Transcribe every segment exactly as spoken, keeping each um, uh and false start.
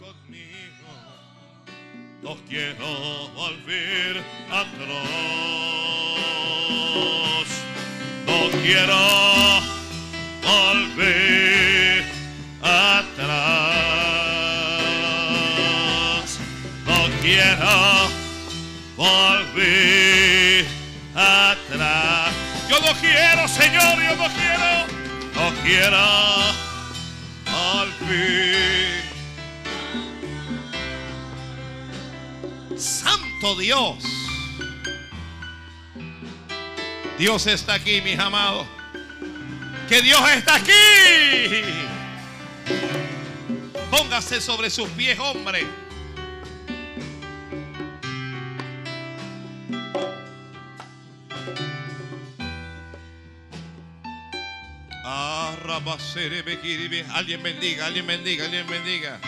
conmigo. No quiero volver atrás. No quiero volver atrás. No quiero volver atrás. Yo no quiero, Señor, yo no quiero. No quiero volver. Santo Dios. Dios está aquí, mis amados. Que Dios está aquí. Póngase sobre sus pies, hombre. Alguien bendiga, alguien bendiga, alguien bendiga.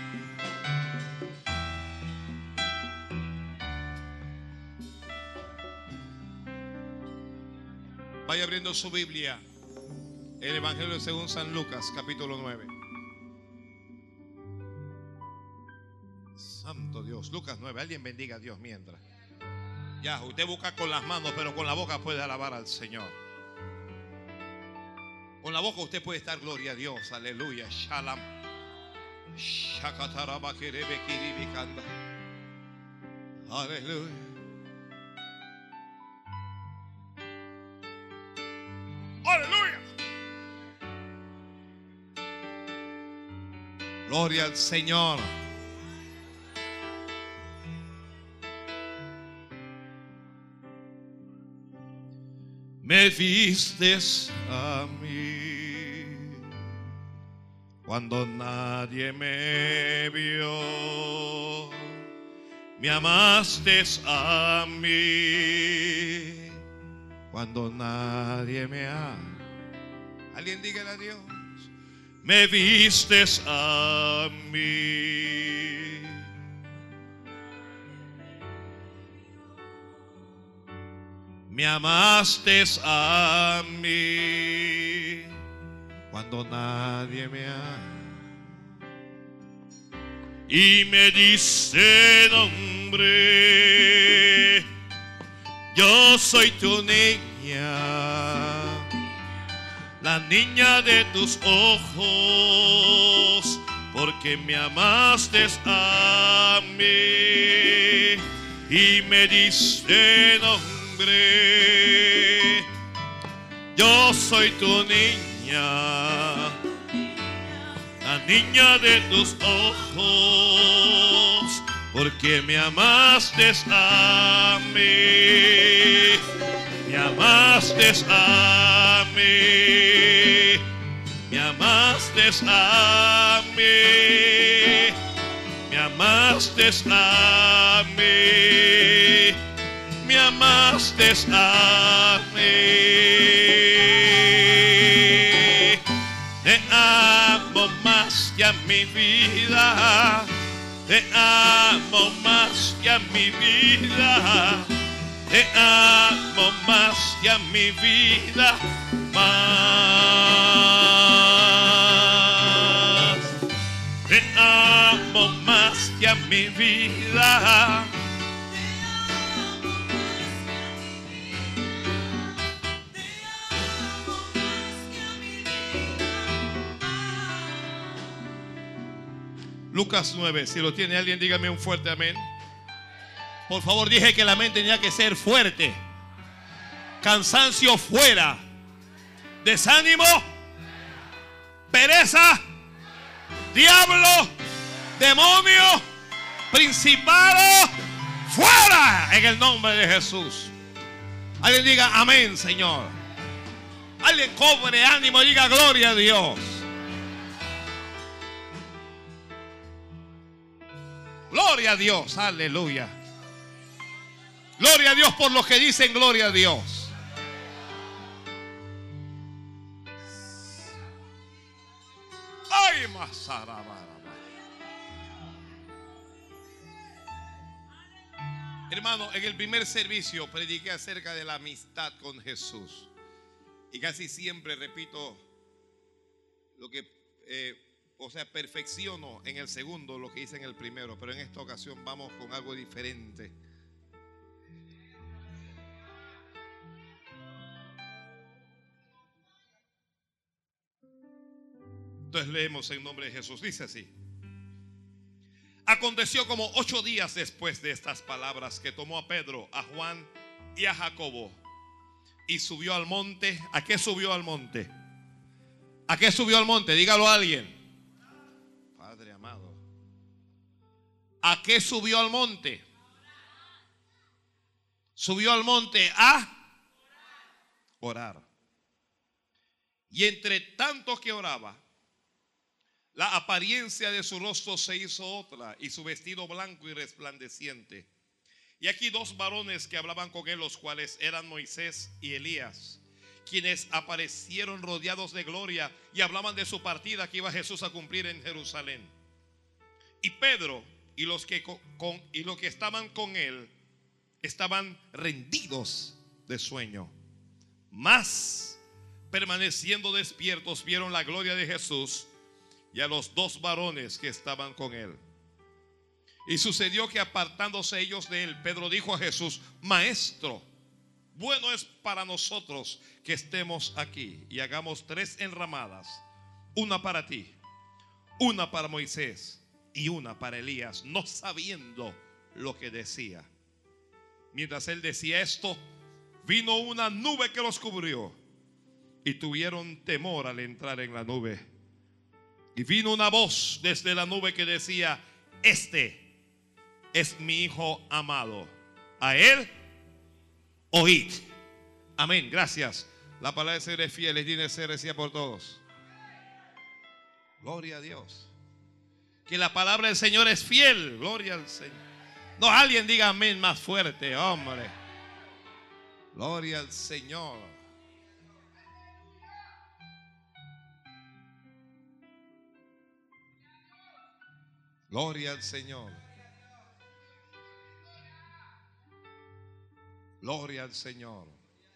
Vaya abriendo su Biblia. El Evangelio según San Lucas, capítulo nueve. Santo Dios. Lucas nueve. Alguien bendiga a Dios mientras. Ya, usted busca con las manos, pero con la boca puede alabar al Señor. Con la boca usted puede estar gloria a Dios. Aleluya. Shalom. Aleluya. Aleluya. Gloria al Señor. Me vistes a mí cuando nadie me vio. Me amaste a mí cuando nadie me ama. Alguien dígale a Dios. Me vistes a mí. Me amaste a mí cuando nadie me ama. Y me diste nombre. Yo soy tu niña, la niña de tus ojos, porque me amaste a mí y me diste nombre. Yo soy tu niña, la niña de tus ojos, porque me amaste a mí. Me amaste a mí. Me amaste a mí. Me amaste a mí. Me amaste a mí. Te amo más que a mi vida. Te amo más que a mi vida. Te amo más que a mi vida. Más. Te amo más que a mi vida. Lucas nueve, si lo tiene alguien, dígame un fuerte amén. Por favor, dije que la mente tenía que ser fuerte. Cansancio fuera. Desánimo. Pereza. Diablo. Demonio. Principado. Fuera. En el nombre de Jesús. Alguien diga amén, Señor. Alguien cobre ánimo y diga gloria a Dios. Gloria a Dios, aleluya. Gloria a Dios por los que dicen gloria a Dios. Ay, masarabara. Hermano, en el primer servicio prediqué acerca de la amistad con Jesús. Y casi siempre repito lo que eh, o sea, perfecciono en el segundo lo que hice en el primero, pero en esta ocasión vamos con algo diferente. Entonces leemos en nombre de Jesús. Dice así: aconteció como ocho días después de estas palabras que tomó a Pedro, a Juan y a Jacobo y subió al monte. ¿A qué subió al monte? ¿A qué subió al monte? Dígalo a alguien. Padre amado, ¿a qué subió al monte? Subió al monte a orar. Y entre tanto que oraba, la apariencia de su rostro se hizo otra, y su vestido blanco y resplandeciente. Y aquí dos varones que hablaban con él, los cuales eran Moisés y Elías, quienes aparecieron rodeados de gloria y hablaban de su partida que iba Jesús a cumplir en Jerusalén. Y Pedro y los que, con, y los que estaban con él estaban rendidos de sueño, mas permaneciendo despiertos vieron la gloria de Jesús y a los dos varones que estaban con él. Y sucedió que apartándose ellos de él, Pedro dijo a Jesús: Maestro, bueno es para nosotros que estemos aquí y hagamos tres enramadas, una para ti, una para Moisés y una para Elías, no sabiendo lo que decía. Mientras él decía esto, vino una nube que los cubrió y tuvieron temor al entrar en la nube. Y vino una voz desde la nube que decía: Este es mi Hijo amado, a él oíd. Amén, gracias. La palabra del Señor es fiel, es digna de ser recibida por todos. Gloria a Dios. Que la palabra del Señor es fiel. Gloria al Señor. No, alguien diga amén más fuerte, hombre. Gloria al Señor. Gloria al Señor. Gloria al Señor.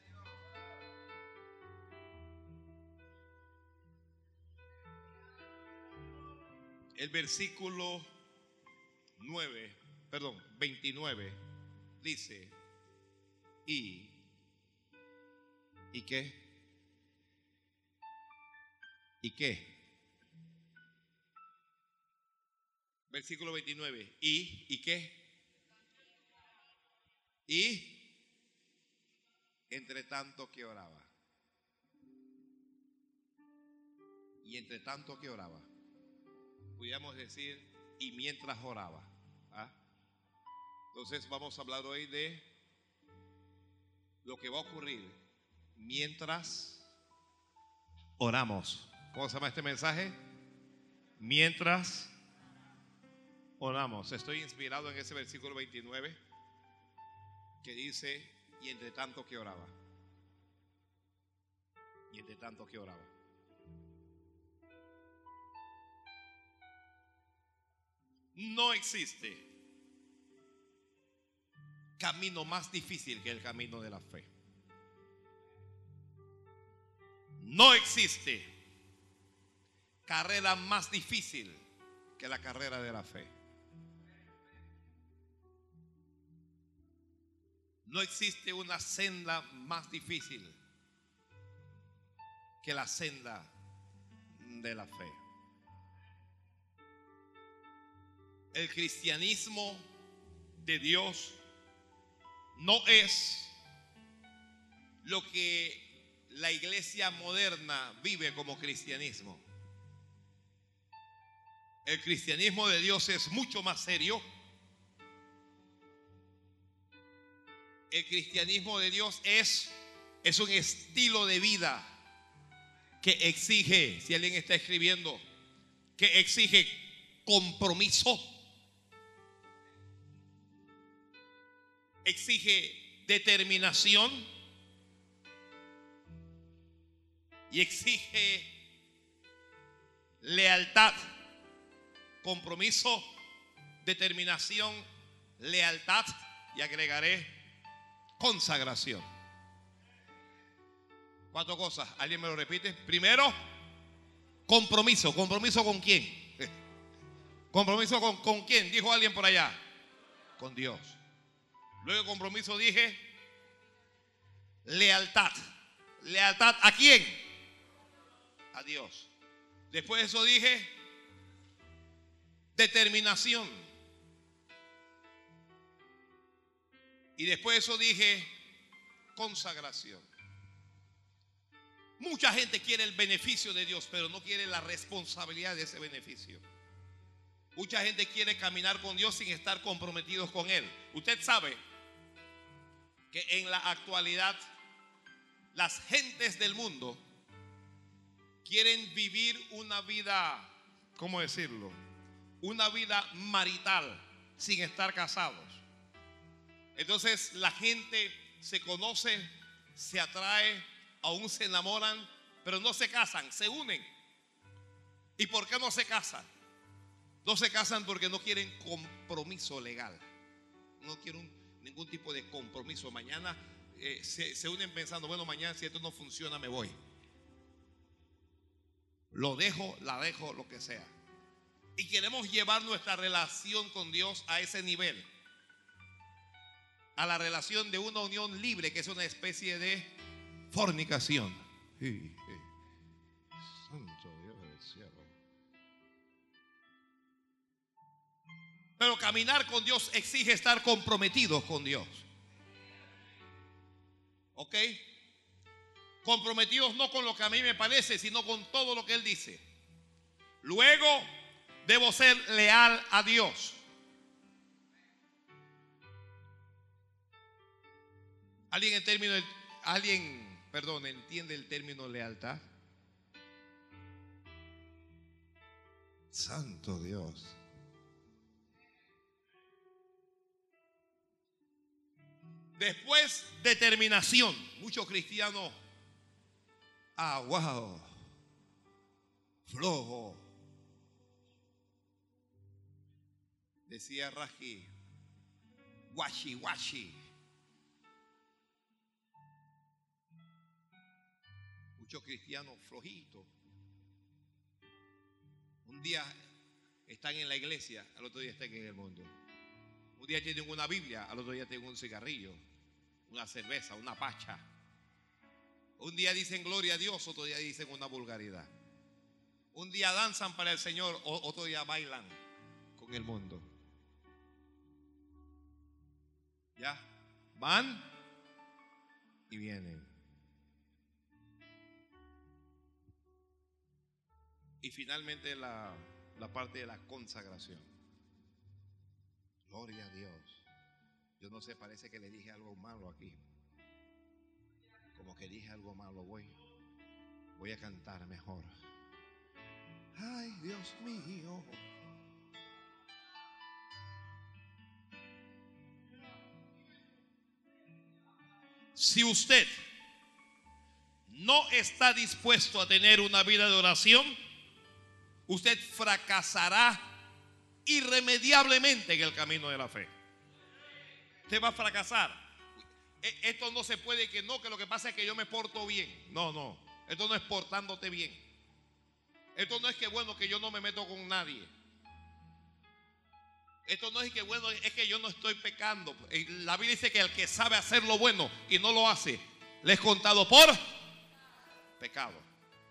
El versículo nueve, perdón, veintinueve dice: ¿Y? ¿Y qué? ¿Y qué? Versículo veintinueve. ¿Y? ¿Y qué? Y entre tanto que oraba. Y entre tanto que oraba. Pudiéramos decir, y mientras oraba. ¿Ah? Entonces vamos a hablar hoy de lo que va a ocurrir mientras oramos. ¿Cómo se llama este mensaje? Mientras oramos. Estoy inspirado en ese versículo veintinueve que dice: y entre tanto que oraba. Y entre tanto que oraba. No existe camino más difícil que el camino de la fe. No existe carrera más difícil que la carrera de la fe. No existe una senda más difícil que la senda de la fe. El cristianismo de Dios no es lo que la iglesia moderna vive como cristianismo. El cristianismo de Dios es mucho más serio. El cristianismo de Dios es, es un estilo de vida que exige, si alguien está escribiendo, que exige compromiso, exige determinación y exige lealtad. Compromiso, determinación, lealtad y agregaré consagración. Cuatro cosas, ¿alguien me lo repite? Primero, Compromiso. ¿Compromiso con quién? ¿Compromiso con, con quién? Dijo alguien por allá. Con Dios. Luego compromiso dije lealtad. ¿Lealtad a quién? A Dios. Después de eso dije determinación. Y después de eso dije consagración. Mucha gente quiere el beneficio de Dios, pero no quiere la responsabilidad de ese beneficio. Mucha gente quiere caminar con Dios sin estar comprometidos con Él. Usted sabe que en la actualidad las gentes del mundo quieren vivir una vida, ¿cómo decirlo? Una vida marital sin estar casados. Entonces la gente se conoce, se atrae, aún se enamoran, pero no se casan, se unen. ¿Y por qué no se casan? No se casan porque no quieren compromiso legal. No quieren ningún tipo de compromiso. Mañana eh, se, se unen pensando, bueno, mañana si esto no funciona me voy. Lo dejo, la dejo, lo que sea. Y queremos llevar nuestra relación con Dios a ese nivel. A la relación de una unión libre, que es una especie de fornicación. Sí, sí. Santo Dios del cielo. Pero caminar con Dios exige estar comprometidos con Dios. ¿Ok? Comprometidos no con lo que a mí me parece, sino con todo lo que Él dice. Luego, debo ser leal a Dios. ¿Alguien en término de, alguien, perdón, entiende el término lealtad? Santo Dios. Después, determinación. Muchos cristianos, ah, wow, flojo. Decía Raji, washi, washi. Muchos cristianos flojitos. Un día están en la iglesia, al otro día están en el mundo. Un día tienen una Biblia, al otro día tienen un cigarrillo, una cerveza, una pacha. Un día dicen gloria a Dios, otro día dicen una vulgaridad. Un día danzan para el Señor, otro día bailan con el mundo. ¿Ya? Van y vienen. Y finalmente la, la parte de la consagración. Gloria a Dios. Yo no sé, parece que le dije algo malo aquí. Como que dije algo malo, voy, voy a cantar mejor. Ay, Dios mío. Si usted no está dispuesto a tener una vida de oración, usted fracasará irremediablemente en el camino de la fe. Usted va a fracasar. Esto no se puede que no, que lo que pasa es que yo me porto bien. No, no. Esto no es portándote bien. Esto no es que bueno que yo no me meto con nadie. Esto no es que bueno, es que yo no estoy pecando. La Biblia dice que el que sabe hacer lo bueno y no lo hace, le es contado por pecado.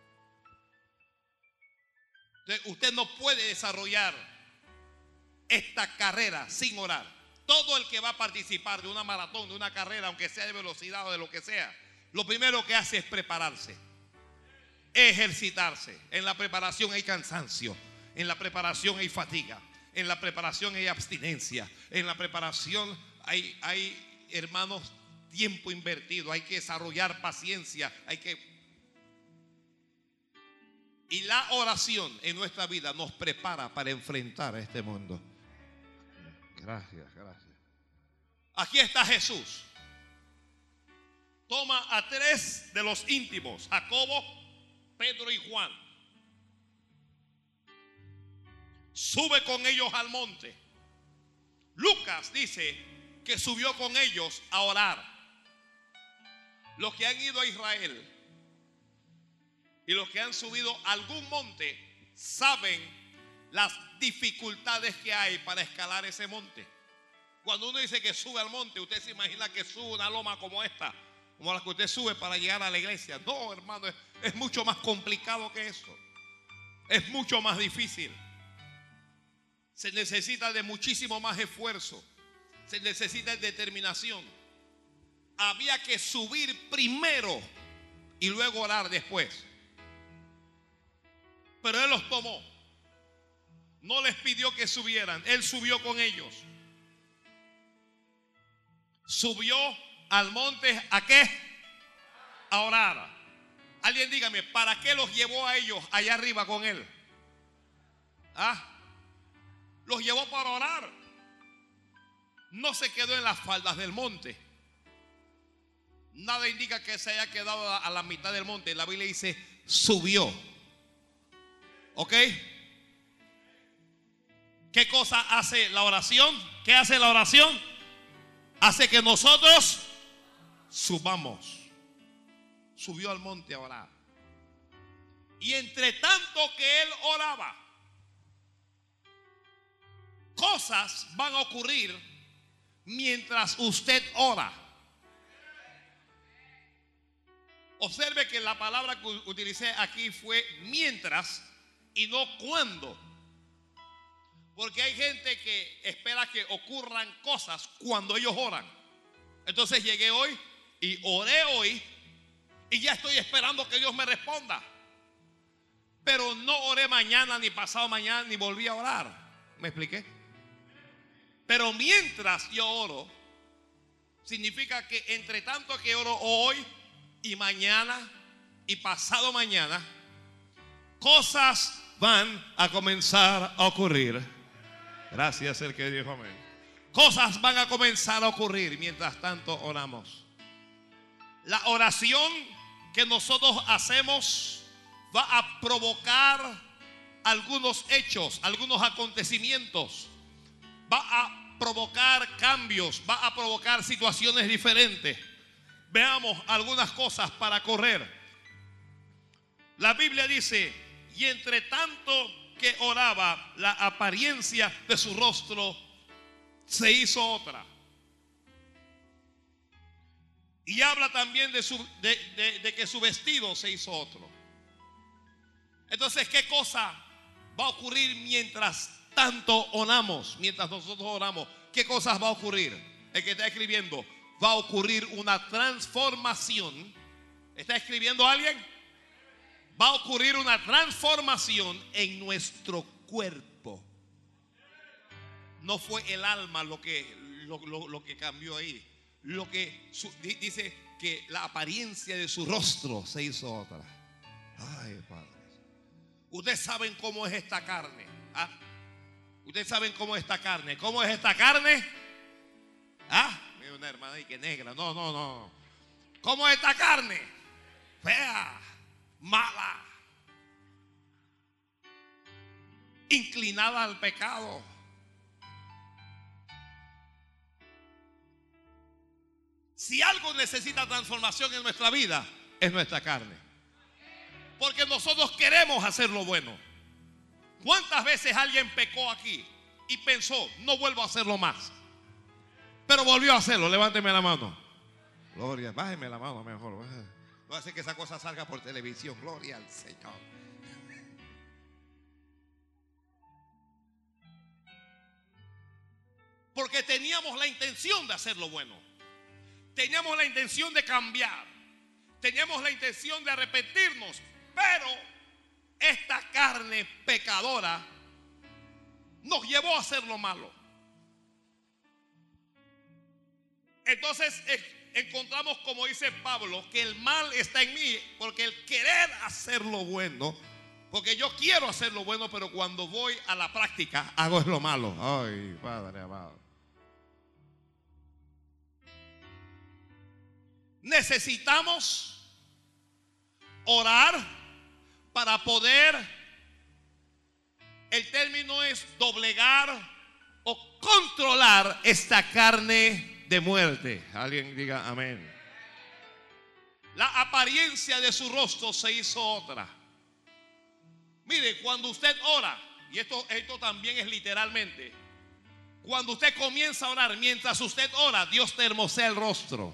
Entonces, usted no puede desarrollar esta carrera sin orar. Todo el que va a participar de una maratón, de una carrera, aunque sea de velocidad o de lo que sea, lo primero que hace es prepararse, ejercitarse. En la preparación hay cansancio, en la preparación hay fatiga, en la preparación hay abstinencia, en la preparación hay, hay hermanos, tiempo invertido, hay que desarrollar paciencia, hay que... Y la oración en nuestra vida nos prepara para enfrentar a este mundo. Gracias, gracias. Aquí está Jesús. Toma a tres de los íntimos, Jacobo, Pedro y Juan. Sube con ellos al monte. Lucas dice que subió con ellos a orar. Los que han ido a Israel y los que han subido a algún monte saben las dificultades que hay para escalar ese monte. Cuando uno dice que sube al monte, usted se imagina que sube una loma como esta, como la que usted sube para llegar a la iglesia. No, hermano, es, es mucho más complicado que eso. Es mucho más difícil. Se necesita de muchísimo más esfuerzo. Se necesita de determinación. Había que subir primero y luego orar después. Pero Él los tomó. No les pidió que subieran. Él subió con ellos. Subió al monte, ¿a qué? A orar. Alguien dígame, ¿para qué los llevó a ellos allá arriba con Él? ¿Ah? Los llevó para orar. No se quedó en las faldas del monte. Nada indica que se haya quedado a la mitad del monte. La Biblia dice, subió. ¿Ok? ¿Qué cosa hace la oración? ¿Qué hace la oración? Hace que nosotros subamos. Subió al monte a orar. Y entre tanto que él oraba, cosas van a ocurrir mientras usted ora. Observe que la palabra que utilicé aquí fue mientras y no cuando. Porque hay gente que espera que ocurran cosas cuando ellos oran. Entonces llegué hoy y oré hoy y ya estoy esperando que Dios me responda. Pero no oré mañana ni pasado mañana ni volví a orar. ¿Me expliqué? Pero mientras yo oro, significa que entre tanto que oro hoy y mañana y pasado mañana, cosas van a comenzar a ocurrir. Gracias el que dijo amén. Cosas van a comenzar a ocurrir mientras tanto oramos. La oración que nosotros hacemos va a provocar algunos hechos, algunos acontecimientos. Va a provocar cambios, va a provocar situaciones diferentes. Veamos algunas cosas para correr. La Biblia dice, y entre tanto que oraba, la apariencia de su rostro se hizo otra. Y habla también de, su, de, de, de que su vestido se hizo otro. Entonces, ¿qué cosa va a ocurrir mientras tanto oramos? Mientras nosotros oramos, ¿qué cosas va a ocurrir? El que está escribiendo, va a ocurrir una transformación. ¿Está escribiendo alguien? Va a ocurrir una transformación en nuestro cuerpo. No fue el alma lo que, lo, lo, lo que cambió ahí. Lo que su, dice que la apariencia de su rostro se hizo otra. Ay, Padre. Ustedes saben cómo es esta carne. ¿Ah? Ustedes saben cómo es esta carne. ¿Cómo es esta carne? ¿Ah? Mira una hermana ahí que negra. No, no, no. ¿Cómo es esta carne? Fea. Mala, inclinada al pecado. Si algo necesita transformación en nuestra vida, es nuestra carne. Porque nosotros queremos hacer lo bueno. ¿Cuántas veces alguien pecó aquí y pensó, no vuelvo a hacerlo más? Pero volvió a hacerlo. Levánteme la mano. Gloria, bájeme la mano mejor. No hace que esa cosa salga por televisión. Gloria al Señor. Porque teníamos la intención de hacer lo bueno. Teníamos la intención de cambiar. Teníamos la intención de arrepentirnos. Pero esta carne pecadora nos llevó a hacer lo malo. Entonces encontramos, como dice Pablo, que el mal está en mí, porque el querer hacer lo bueno, porque yo quiero hacer lo bueno, pero cuando voy a la práctica hago lo malo. Ay, Padre amado. Necesitamos orar para poder, el término es doblegar o controlar esta carne de muerte. Alguien diga amén. La apariencia de su rostro se hizo otra. Mire, cuando usted ora, y esto, esto también es literalmente, cuando usted comienza a orar, mientras usted ora, Dios te hermosea el rostro.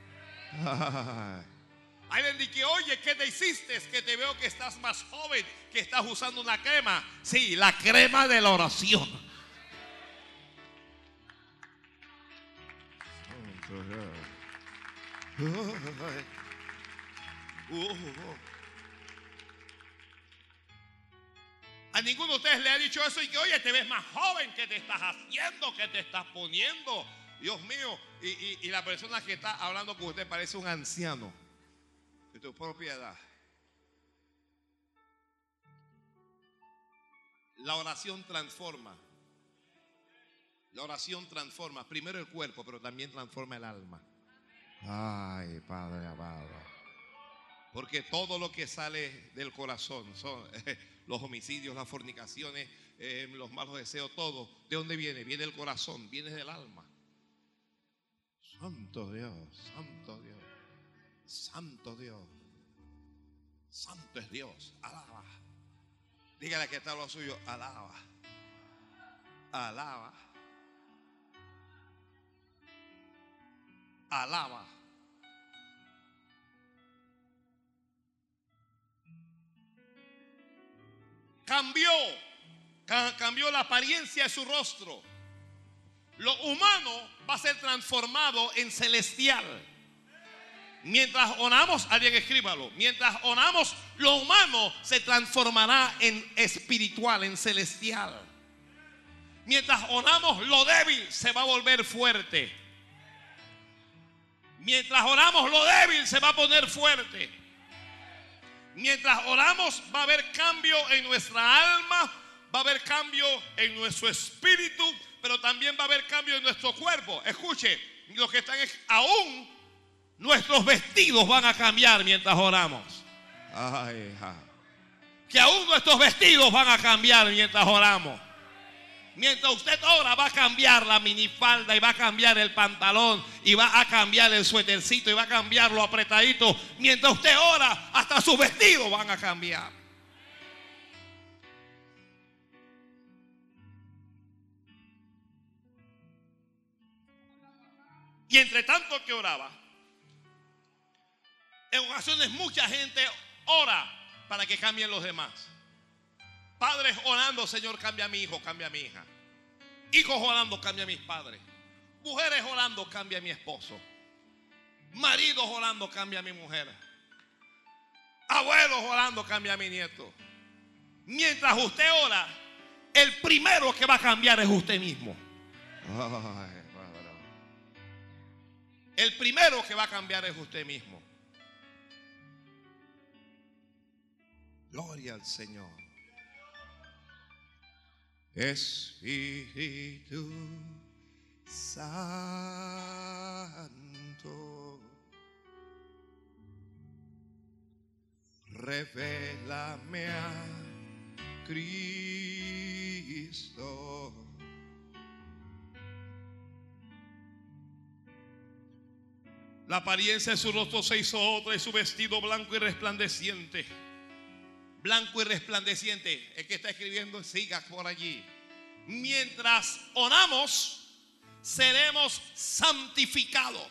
Hay alguien que, oye, ¿qué te hiciste? Es que te veo que estás más joven, que estás usando una crema. Sí, la crema de la oración. A ninguno de ustedes le ha dicho eso y que, oye, te ves más joven, que te estás haciendo, que te estás poniendo. Dios mío, y, y, y la persona que está hablando con usted parece un anciano de tu propia edad. La oración transforma. La oración transforma primero el cuerpo, pero también transforma el alma. Ay, Padre amado. Porque todo lo que sale del corazón son eh, los homicidios, las fornicaciones, eh, los malos deseos, todo. ¿De dónde viene? Viene del corazón, viene del alma. Santo Dios, santo Dios, santo Dios, santo es Dios. Alaba. Dígale que está lo suyo. Alaba. Alaba. Alaba. Cambió, cambió la apariencia de su rostro. Lo humano va a ser transformado en celestial. Mientras oramos, alguien escríbalo. Mientras oramos, lo humano se transformará en espiritual, en celestial. Mientras oramos, lo débil se va a volver fuerte. Mientras oramos, lo débil se va a poner fuerte. Mientras oramos, va a haber cambio en nuestra alma, va a haber cambio en nuestro espíritu, pero también va a haber cambio en nuestro cuerpo. Escuche, los que están aún, nuestros vestidos van a cambiar mientras oramos. Ay, ay. Que aún nuestros vestidos van a cambiar mientras oramos. Mientras usted ora, va a cambiar la minifalda y va a cambiar el pantalón y va a cambiar el suétercito y va a cambiar lo apretadito. Mientras usted ora, hasta sus vestidos van a cambiar. Y entre tanto que oraba, en ocasiones mucha gente ora para que cambien los demás. Padres orando, Señor, cambia a mi hijo, cambia a mi hija. Hijos orando, cambia a mis padres. Mujeres orando, cambia a mi esposo. Maridos orando, cambia a mi mujer. Abuelos orando, cambia a mi nieto. Mientras usted ora, el primero que va a cambiar es usted mismo. El primero que va a cambiar es usted mismo. Gloria al Señor. Espíritu Santo, revélame a Cristo. La apariencia de su rostro se hizo otra y su vestido blanco y resplandeciente. Blanco y resplandeciente. El que está escribiendo, siga por allí. Mientras oramos, seremos santificados.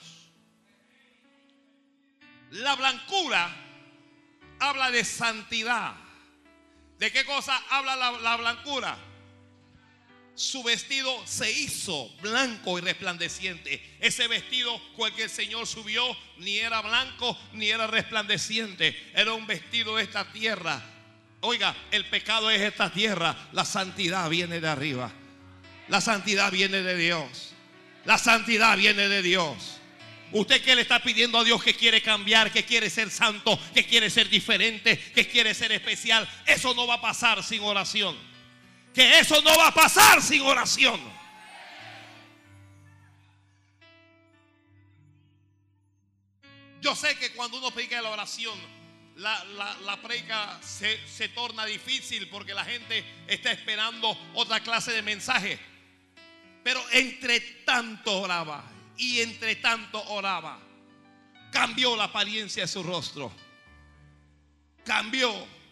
La blancura habla de santidad. ¿De qué cosa habla la, la blancura? Su vestido se hizo blanco y resplandeciente. Ese vestido con el que el Señor subió ni era blanco ni era resplandeciente. Era un vestido de esta tierra. Oiga, el pecado es esta tierra. La santidad viene de arriba. La santidad viene de Dios. La santidad viene de Dios. ¿Usted qué le está pidiendo a Dios? Que quiere cambiar, que quiere ser santo, que quiere ser diferente, que quiere ser especial. Eso no va a pasar sin oración. Que eso no va a pasar sin oración. Yo sé que cuando uno predica la oración, la, la, la predica se, se torna difícil porque la gente está esperando otra clase de mensaje. Pero entre tanto oraba y entre tanto oraba, cambió la apariencia de su rostro. Cambió.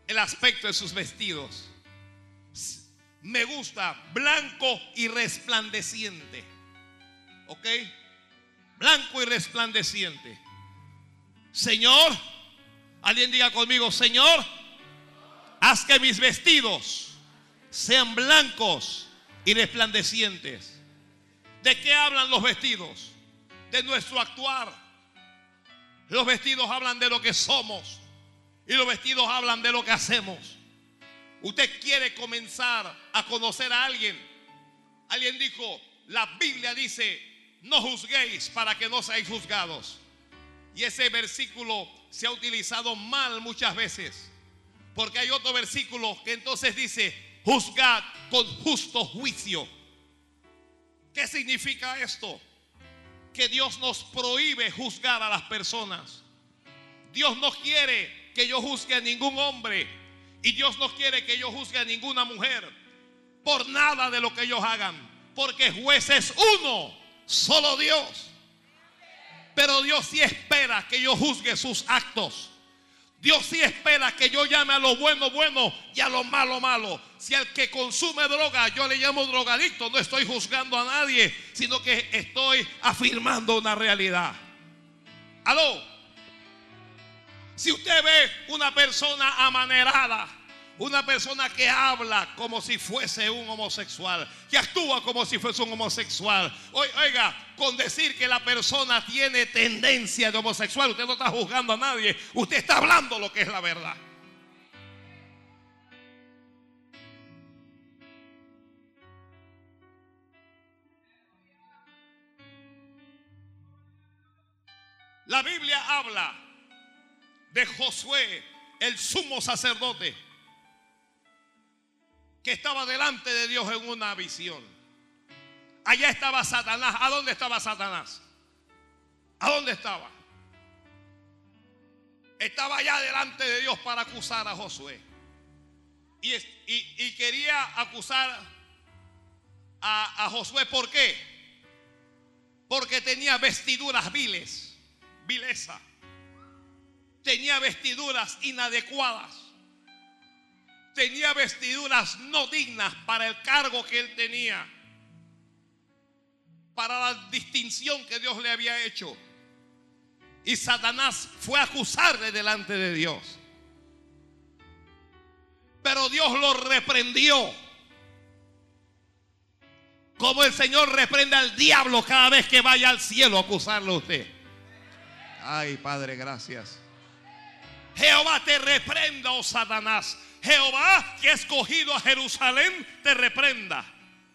el aspecto de sus vestidos. Me gusta blanco y resplandeciente. ¿Ok? Blanco y resplandeciente. Señor, alguien diga conmigo: Señor, haz que mis vestidos sean blancos y resplandecientes. ¿De qué hablan los vestidos? De nuestro actuar. Los vestidos hablan de lo que somos y los vestidos hablan de lo que hacemos. Usted quiere comenzar a conocer a alguien. Alguien dijo, la Biblia dice: no juzguéis para que no seáis juzgados. Y ese versículo se ha utilizado mal muchas veces, porque hay otro versículo que entonces dice: juzgad con justo juicio. ¿Qué significa esto? Que Dios nos prohíbe juzgar a las personas. Dios no quiere que yo juzgue a ningún hombre, y Dios no quiere que yo juzgue a ninguna mujer por nada de lo que ellos hagan, porque juez es uno, solo Dios. Pero Dios sí espera que yo juzgue sus actos. Dios sí espera que yo llame a lo bueno bueno y a lo malo malo. Si al que consume droga yo le llamo drogadicto, no estoy juzgando a nadie, sino que estoy afirmando una realidad. Aló. Si usted ve una persona amanerada, una persona que habla como si fuese un homosexual, que actúa como si fuese un homosexual, oiga, con decir que la persona tiene tendencia de homosexual, usted no está juzgando a nadie, usted está hablando lo que es la verdad. La Biblia habla de Josué, el sumo sacerdote, que estaba delante de Dios en una visión. Allá estaba Satanás. ¿A dónde estaba Satanás? ¿A dónde estaba? Estaba allá delante de Dios para acusar a Josué. Y, y, y quería acusar a, a Josué. ¿Por qué? Porque tenía vestiduras viles, vileza. Tenía vestiduras inadecuadas. Tenía vestiduras no dignas para el cargo que él tenía, para la distinción que Dios le había hecho. Y Satanás fue a acusarle delante de Dios. Pero Dios lo reprendió, como el Señor reprende al diablo cada vez que vaya al cielo a acusarlo a usted. Ay, Padre, gracias. Jehová te reprenda, oh Satanás. Jehová, que ha escogido a Jerusalén, te reprenda.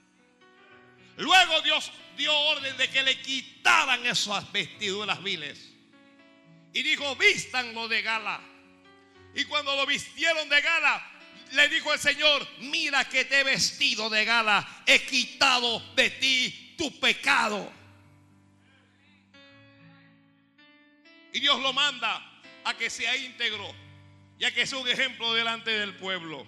Luego Dios dio orden de que le quitaran esas vestiduras viles. Y dijo: vístanlo de gala. Y cuando lo vistieron de gala, le dijo el Señor: mira que te he vestido de gala. He quitado de ti tu pecado. Y Dios lo manda a que sea íntegro, ya que es un ejemplo delante del pueblo.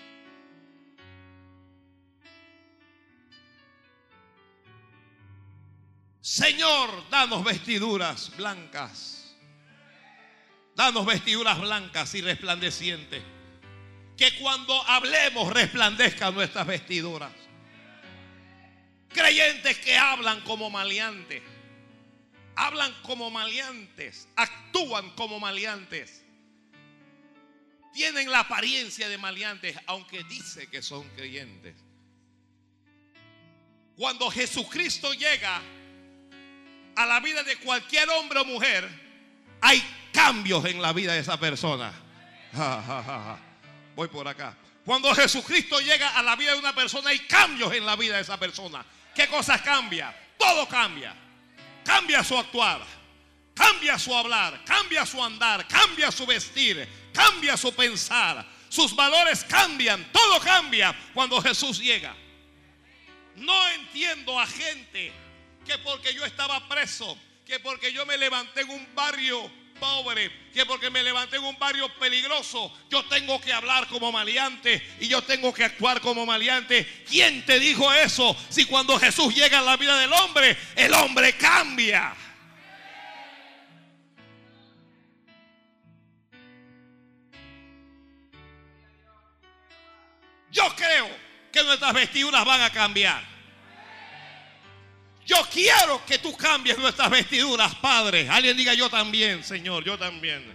Señor, danos vestiduras blancas. Danos vestiduras blancas y resplandecientes. Que cuando hablemos resplandezcan nuestras vestiduras. Creyentes que hablan como maleantes. Hablan como maleantes. Actúan como maleantes. Tienen la apariencia de maleantes, aunque dice que son creyentes. Cuando Jesucristo llega a la vida de cualquier hombre o mujer, hay cambios en la vida de esa persona. Ja, ja, ja, ja. Voy por acá. Cuando Jesucristo llega a la vida de una persona, hay cambios en la vida de esa persona. ¿Qué cosas cambia? Todo cambia. Cambia su actuar, cambia su hablar, cambia su andar, cambia su vestir, cambia su pensar. Sus valores cambian, todo cambia cuando Jesús llega. No entiendo a gente que porque yo estaba preso, que porque yo me levanté en un barrio pobre, que porque me levanté en un barrio peligroso, yo tengo que hablar como maleante y yo tengo que actuar como maleante. ¿Quién te dijo eso? Si cuando Jesús llega a la vida del hombre, el hombre cambia. Yo creo que nuestras vestiduras van a cambiar. Yo quiero que tú cambies nuestras vestiduras, Padre. Alguien diga: yo también, Señor, yo también.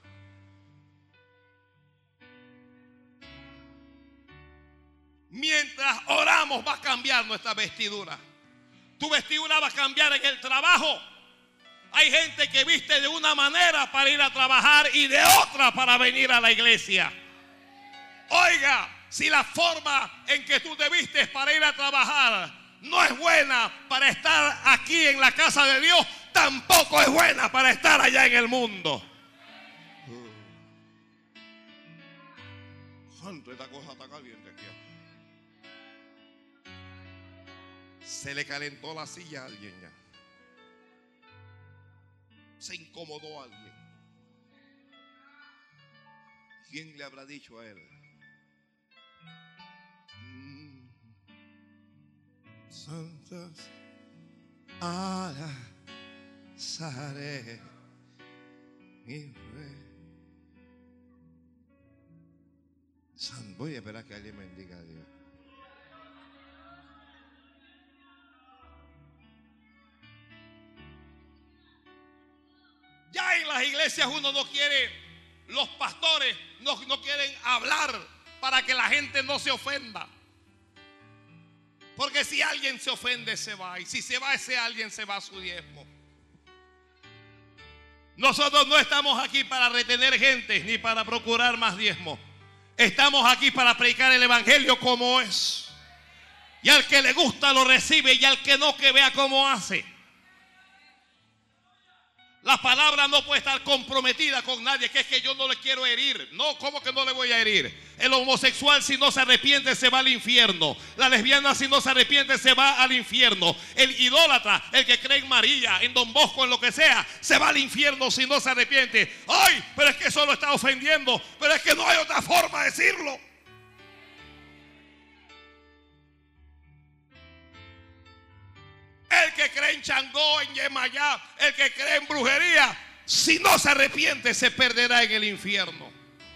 Mientras oramos va a cambiar nuestra vestidura. Tu vestidura va a cambiar en el trabajo. Hay gente que viste de una manera para ir a trabajar y de otra para venir a la iglesia. Oiga, si la forma en que tú te vistes para ir a trabajar no es buena para estar aquí en la casa de Dios, tampoco es buena para estar allá en el mundo. Santo, esta cosa está caliente aquí. Se le calentó la silla a alguien ya. Se incomodó a alguien. ¿Quién le habrá dicho a él? Mm. Santas alzaré mi fe. San, voy a esperar que alguien me bendiga a Dios. Ya en las iglesias uno no quiere, los pastores no, no quieren hablar para que la gente no se ofenda. Porque si alguien se ofende, se va. Y si se va ese alguien, se va a su diezmo. Nosotros no estamos aquí para retener gente ni para procurar más diezmo. Estamos aquí para predicar el evangelio como es. Y al que le gusta lo recibe, y al que no, que vea cómo hace. La palabra no puede estar comprometida con nadie, que es que yo no le quiero herir. No, ¿cómo que no le voy a herir? El homosexual, si no se arrepiente, se va al infierno. La lesbiana, si no se arrepiente, se va al infierno. El idólatra, el que cree en María, en Don Bosco, en lo que sea, se va al infierno si no se arrepiente. ¡Ay! Pero es que eso lo está ofendiendo. Pero es que no hay otra forma de decirlo. El que cree en Changó, en Yemayá, el que cree en brujería, si no se arrepiente, se perderá en el infierno.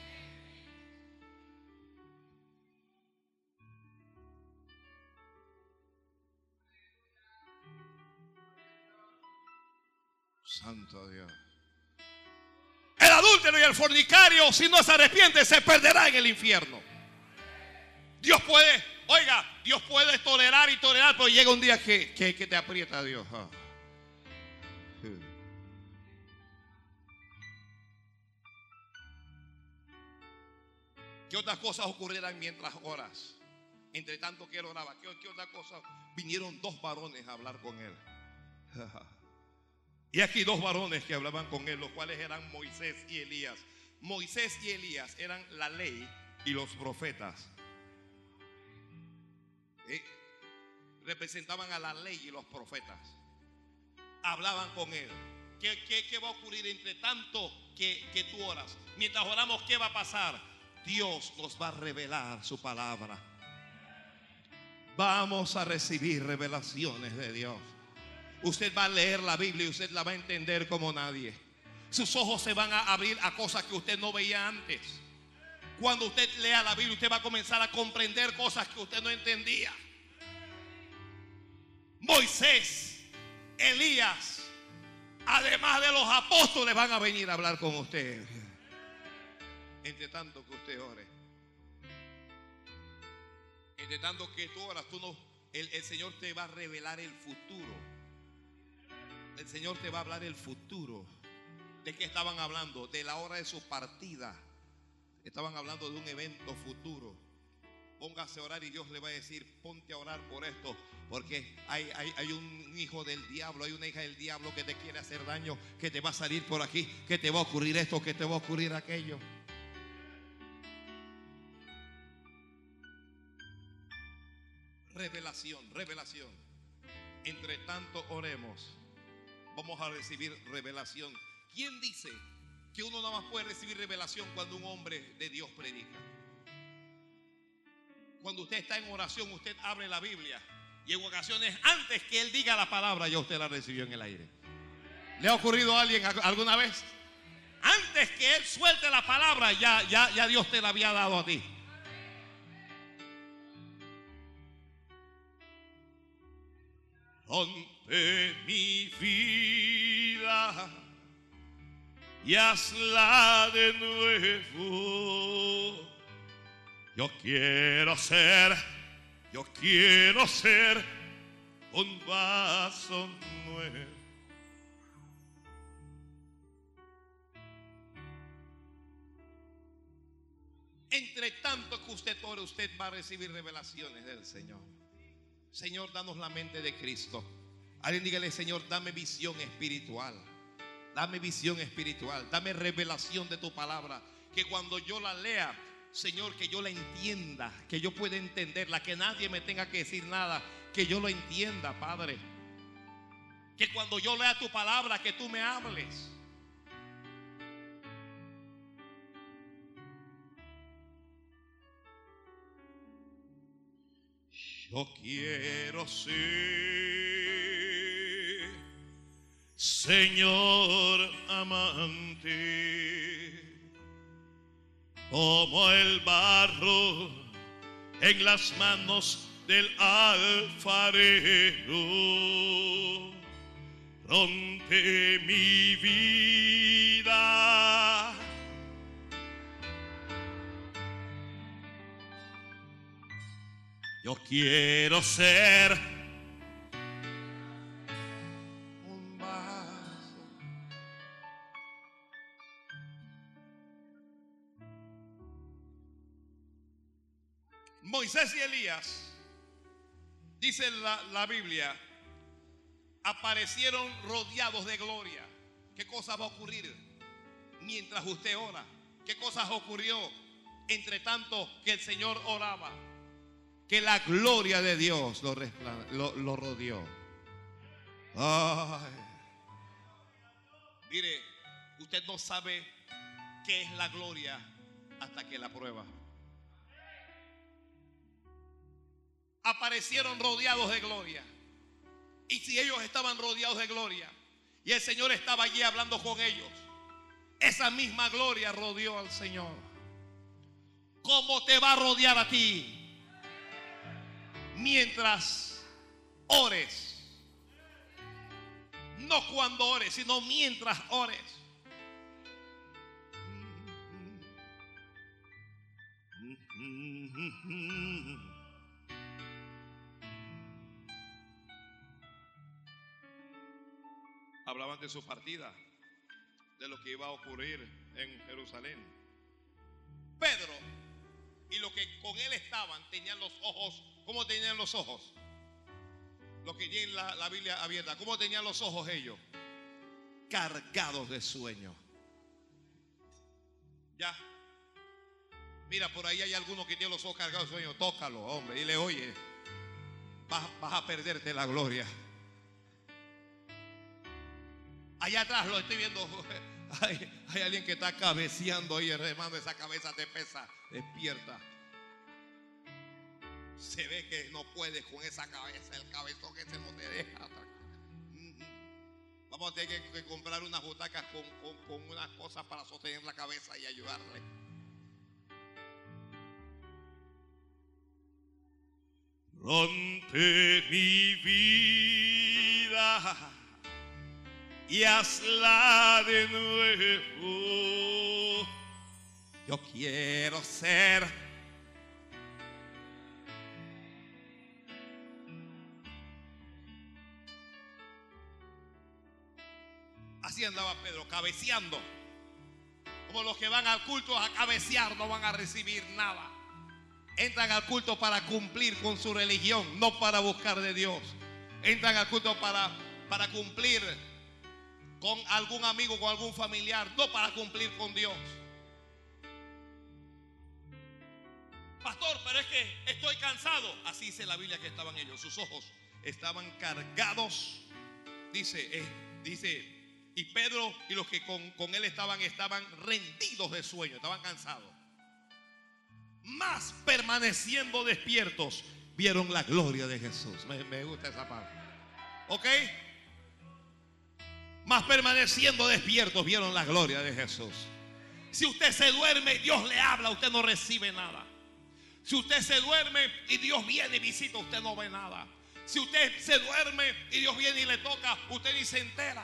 Santo Dios. El adúltero y el fornicario, si no se arrepiente, se perderá en el infierno. Dios puede, oiga, Dios puede tolerar y tolerar, pero llega un día que, que, que te aprieta Dios. Ah. Sí. ¿Qué otras cosas ocurrirán mientras oras? Entre tanto que él oraba, ¿qué, qué otras cosas? Vinieron dos varones a hablar con él. Y aquí dos varones que hablaban con él, los cuales eran Moisés y Elías. Moisés y Elías eran la ley y los profetas. ¿Eh? Representaban a la ley y los profetas. Hablaban con él. ¿Qué, qué, qué va a ocurrir entre tanto que, que tú oras? Mientras oramos, ¿qué va a pasar? Dios nos va a revelar su palabra. Vamos a recibir revelaciones de Dios. Usted va a leer la Biblia y usted la va a entender como nadie. Sus ojos se van a abrir a cosas que usted no veía antes. Cuando usted lea la Biblia, usted va a comenzar a comprender cosas que usted no entendía. Moisés, Elías, además de los apóstoles, van a venir a hablar con usted. Entre tanto que usted ore, entre tanto que tú oras, tú no, el, el Señor te va a revelar el futuro. El Señor te va a hablar el futuro. ¿De qué estaban hablando? De la hora de su partida. Estaban hablando de un evento futuro. Póngase a orar y Dios le va a decir: ponte a orar por esto, porque hay, hay, hay un hijo del diablo, hay una hija del diablo que te quiere hacer daño, que te va a salir por aquí, que te va a ocurrir esto, que te va a ocurrir aquello. Revelación, revelación. Entre tanto oremos, vamos a recibir revelación. ¿Quién dice que uno nada más puede recibir revelación cuando un hombre de Dios predica? Cuando usted está en oración, usted abre la Biblia y en ocasiones antes que él diga la palabra, ya usted la recibió en el aire. ¿Le ha ocurrido a alguien alguna vez? Antes que él suelte la palabra, ya, ya, ya Dios te la había dado a ti. Rompe mi vida y hazla de nuevo. Yo quiero ser, yo quiero ser un vaso nuevo. Entre tanto que usted ore, usted va a recibir revelaciones del Señor. Señor, danos la mente de Cristo. Alguien dígale: Señor, dame visión espiritual. Dame visión espiritual. Dame revelación de tu palabra. Que cuando yo la lea, Señor, que yo la entienda, que yo pueda entenderla, que nadie me tenga que decir nada, que yo lo entienda, Padre. Que cuando yo lea tu palabra, que tú me hables. Yo quiero ser, Señor amante, como el barro en las manos del alfarero. Rompe mi vida Yo quiero ser un vaso. Moisés y Elías, dice la, la Biblia, aparecieron rodeados de gloria. ¿Qué cosa va a ocurrir mientras usted ora? ¿Qué cosas ocurrió entre tanto que el Señor oraba? Que la gloria de Dios lo, lo, lo rodeó. Ay. Mire, usted no sabe qué es la gloria hasta que la prueba. Aparecieron rodeados de gloria. Y si ellos estaban rodeados de gloria y el Señor estaba allí hablando con ellos, esa misma gloria rodeó al Señor. ¿Cómo te va a rodear a ti mientras ores? No cuando ores, sino mientras ores. Hablaban de su partida, de lo que iba a ocurrir en Jerusalén. Pedro y los que con él estaban tenían los ojos. ¿Cómo tenían los ojos? Los que tienen la, la Biblia abierta, ¿cómo tenían los ojos ellos? Cargados de sueño. Ya. Mira, por ahí hay algunos que tienen los ojos cargados de sueño. Tócalo, hombre, y dile: oye, vas, vas a perderte la gloria. Allá atrás lo estoy viendo. Hay, hay alguien que está cabeceando ahí, hermano. Esa cabeza te pesa. Despierta. Se ve que no puedes con esa cabeza. El cabezón que se no te deja. Vamos a tener que, que comprar unas butacas con, con, con unas cosas para sostener la cabeza y ayudarle. Rompe mi vida y hazla de nuevo. Yo quiero ser así andaba Pedro, cabeceando. Como los que van al culto a cabecear, no van a recibir nada. Entran al culto para cumplir con su religión, no para buscar de Dios. Entran al culto para, para cumplir con algún amigo, con algún familiar, no para cumplir con Dios. Pastor, pero es que estoy cansado. Así dice la Biblia que estaban ellos. Sus ojos estaban cargados. Dice, eh, dice, y Pedro y los que con, con él estaban, estaban rendidos de sueño, estaban cansados. Más permaneciendo despiertos, vieron la gloria de Jesús. Me, me gusta esa parte. ¿Ok? Más permaneciendo despiertos, vieron la gloria de Jesús. Si usted se duerme y Dios le habla, usted no recibe nada. Si usted se duerme y Dios viene y visita, usted no ve nada. Si usted se duerme y Dios viene y le toca, usted ni se entera.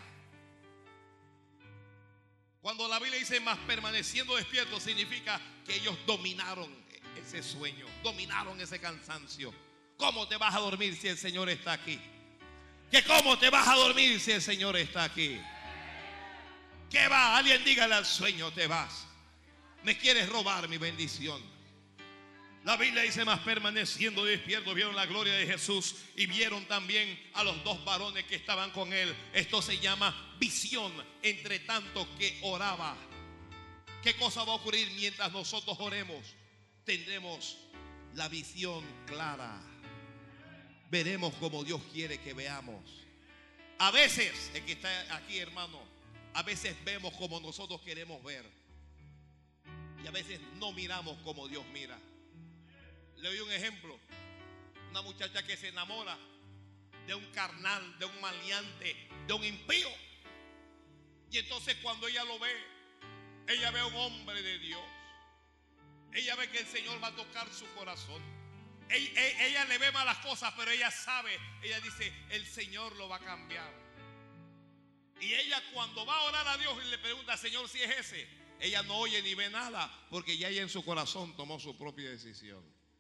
Cuando la Biblia dice más permaneciendo despierto, significa que ellos dominaron ese sueño, dominaron ese cansancio. ¿Cómo te vas a dormir si el Señor está aquí? ¿Que cómo te vas a dormir si el Señor está aquí? ¿Qué va? Alguien dígale al sueño, te vas. Me quieres robar mi bendición. La Biblia dice más permaneciendo despiertos, vieron la gloria de Jesús y vieron también a los dos varones que estaban con él. Esto se llama visión, entre tanto que oraba. ¿Qué cosa va a ocurrir mientras nosotros oremos? Tendremos la visión clara. Veremos como Dios quiere que veamos. A veces, el que está aquí, hermano, a veces vemos como nosotros queremos ver. Y a veces no miramos como Dios mira. Le doy un ejemplo. Una muchacha que se enamora de un carnal, de un maleante, de un impío. Y entonces cuando ella lo ve, ella ve a un hombre de Dios. Ella ve que el Señor va a tocar su corazón. Ella, ella le ve malas cosas, pero ella sabe, ella dice, el Señor lo va a cambiar. Y ella cuando va a orar a Dios y le pregunta, Señor, si es ese, ella no oye ni ve nada, porque ya ella en su corazón tomó su propia decisión.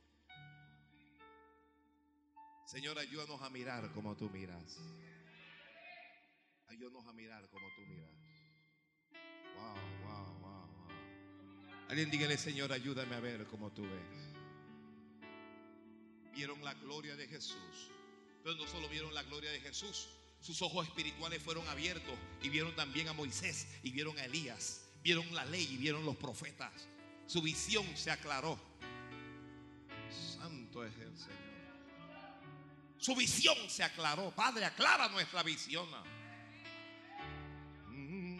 Señor, ayúdanos a mirar como tú miras. Ayúdanos a mirar como tú miras. Wow, wow, wow, wow. Alguien dígale, Señor, ayúdame a ver como tú ves. Vieron la gloria de Jesús. Pero no solo vieron la gloria de Jesús, sus ojos espirituales fueron abiertos y vieron también a Moisés y vieron a Elías. Vieron la ley y vieron los profetas. Su visión se aclaró. Santo es el Señor. Su visión se aclaró. Padre, aclara nuestra visión. Mm.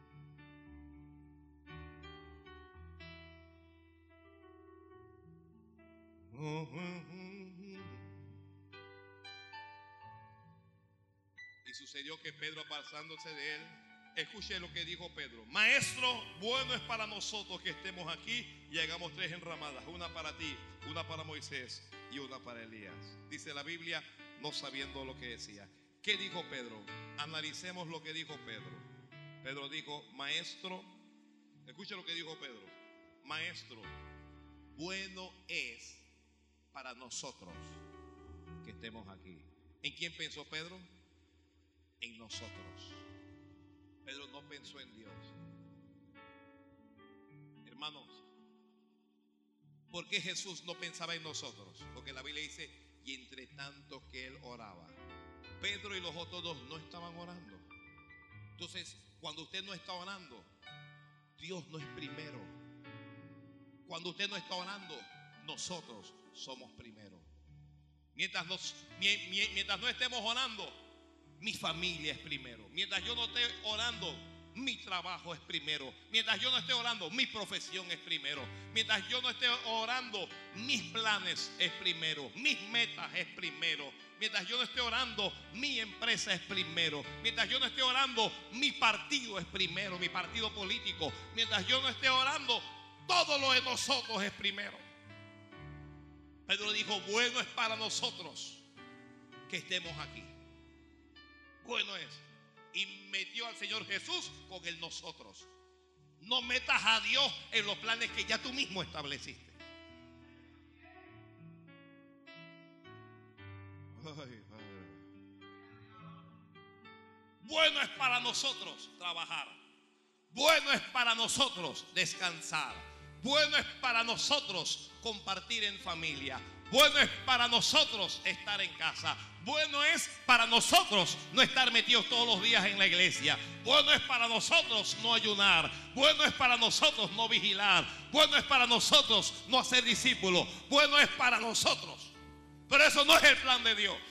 Y sucedió que Pedro, apartándose de él, escuche lo que dijo Pedro: Maestro, bueno es para nosotros que estemos aquí y hagamos tres enramadas, una para ti, una para Moisés y una para Elías. Dice la Biblia, no sabiendo lo que decía. ¿Qué dijo Pedro? Analicemos lo que dijo Pedro. Pedro dijo: Maestro, escuche lo que dijo Pedro: Maestro, bueno es para nosotros que estemos aquí. ¿En quién pensó Pedro? En nosotros. Pedro no pensó en Dios. Hermanos, ¿por qué Jesús no pensaba en nosotros? Porque la Biblia dice, y entre tanto que él oraba. Pedro y los otros dos no estaban orando. Entonces, cuando usted no está orando, Dios no es primero. Cuando usted no está orando, nosotros somos primero. Mientras, nos, mientras no estemos orando, mi familia es primero. Mientras yo no esté orando, mi trabajo es primero. Mientras yo no esté orando, mi profesión es primero. Mientras yo no esté orando, mis planes es primero. Mis metas es primero. Mientras yo no esté orando, mi empresa es primero. Mientras yo no esté orando, mi partido es primero, mi partido político. Mientras yo no esté orando, todo lo de nosotros es primero. Pedro dijo: bueno es para nosotros que estemos aquí. Bueno es. Y metió al Señor Jesús con el nosotros. No metas a Dios en los planes que ya tú mismo estableciste. Ay, bueno es para nosotros trabajar. Bueno es para nosotros descansar. Bueno es para nosotros compartir en familia. Bueno es para nosotros estar en casa. Bueno es para nosotros no estar metidos todos los días en la iglesia. Bueno es para nosotros no ayunar. Bueno es para nosotros no vigilar. Bueno es para nosotros no hacer discípulos. Bueno es para nosotros. Pero eso no es el plan de Dios.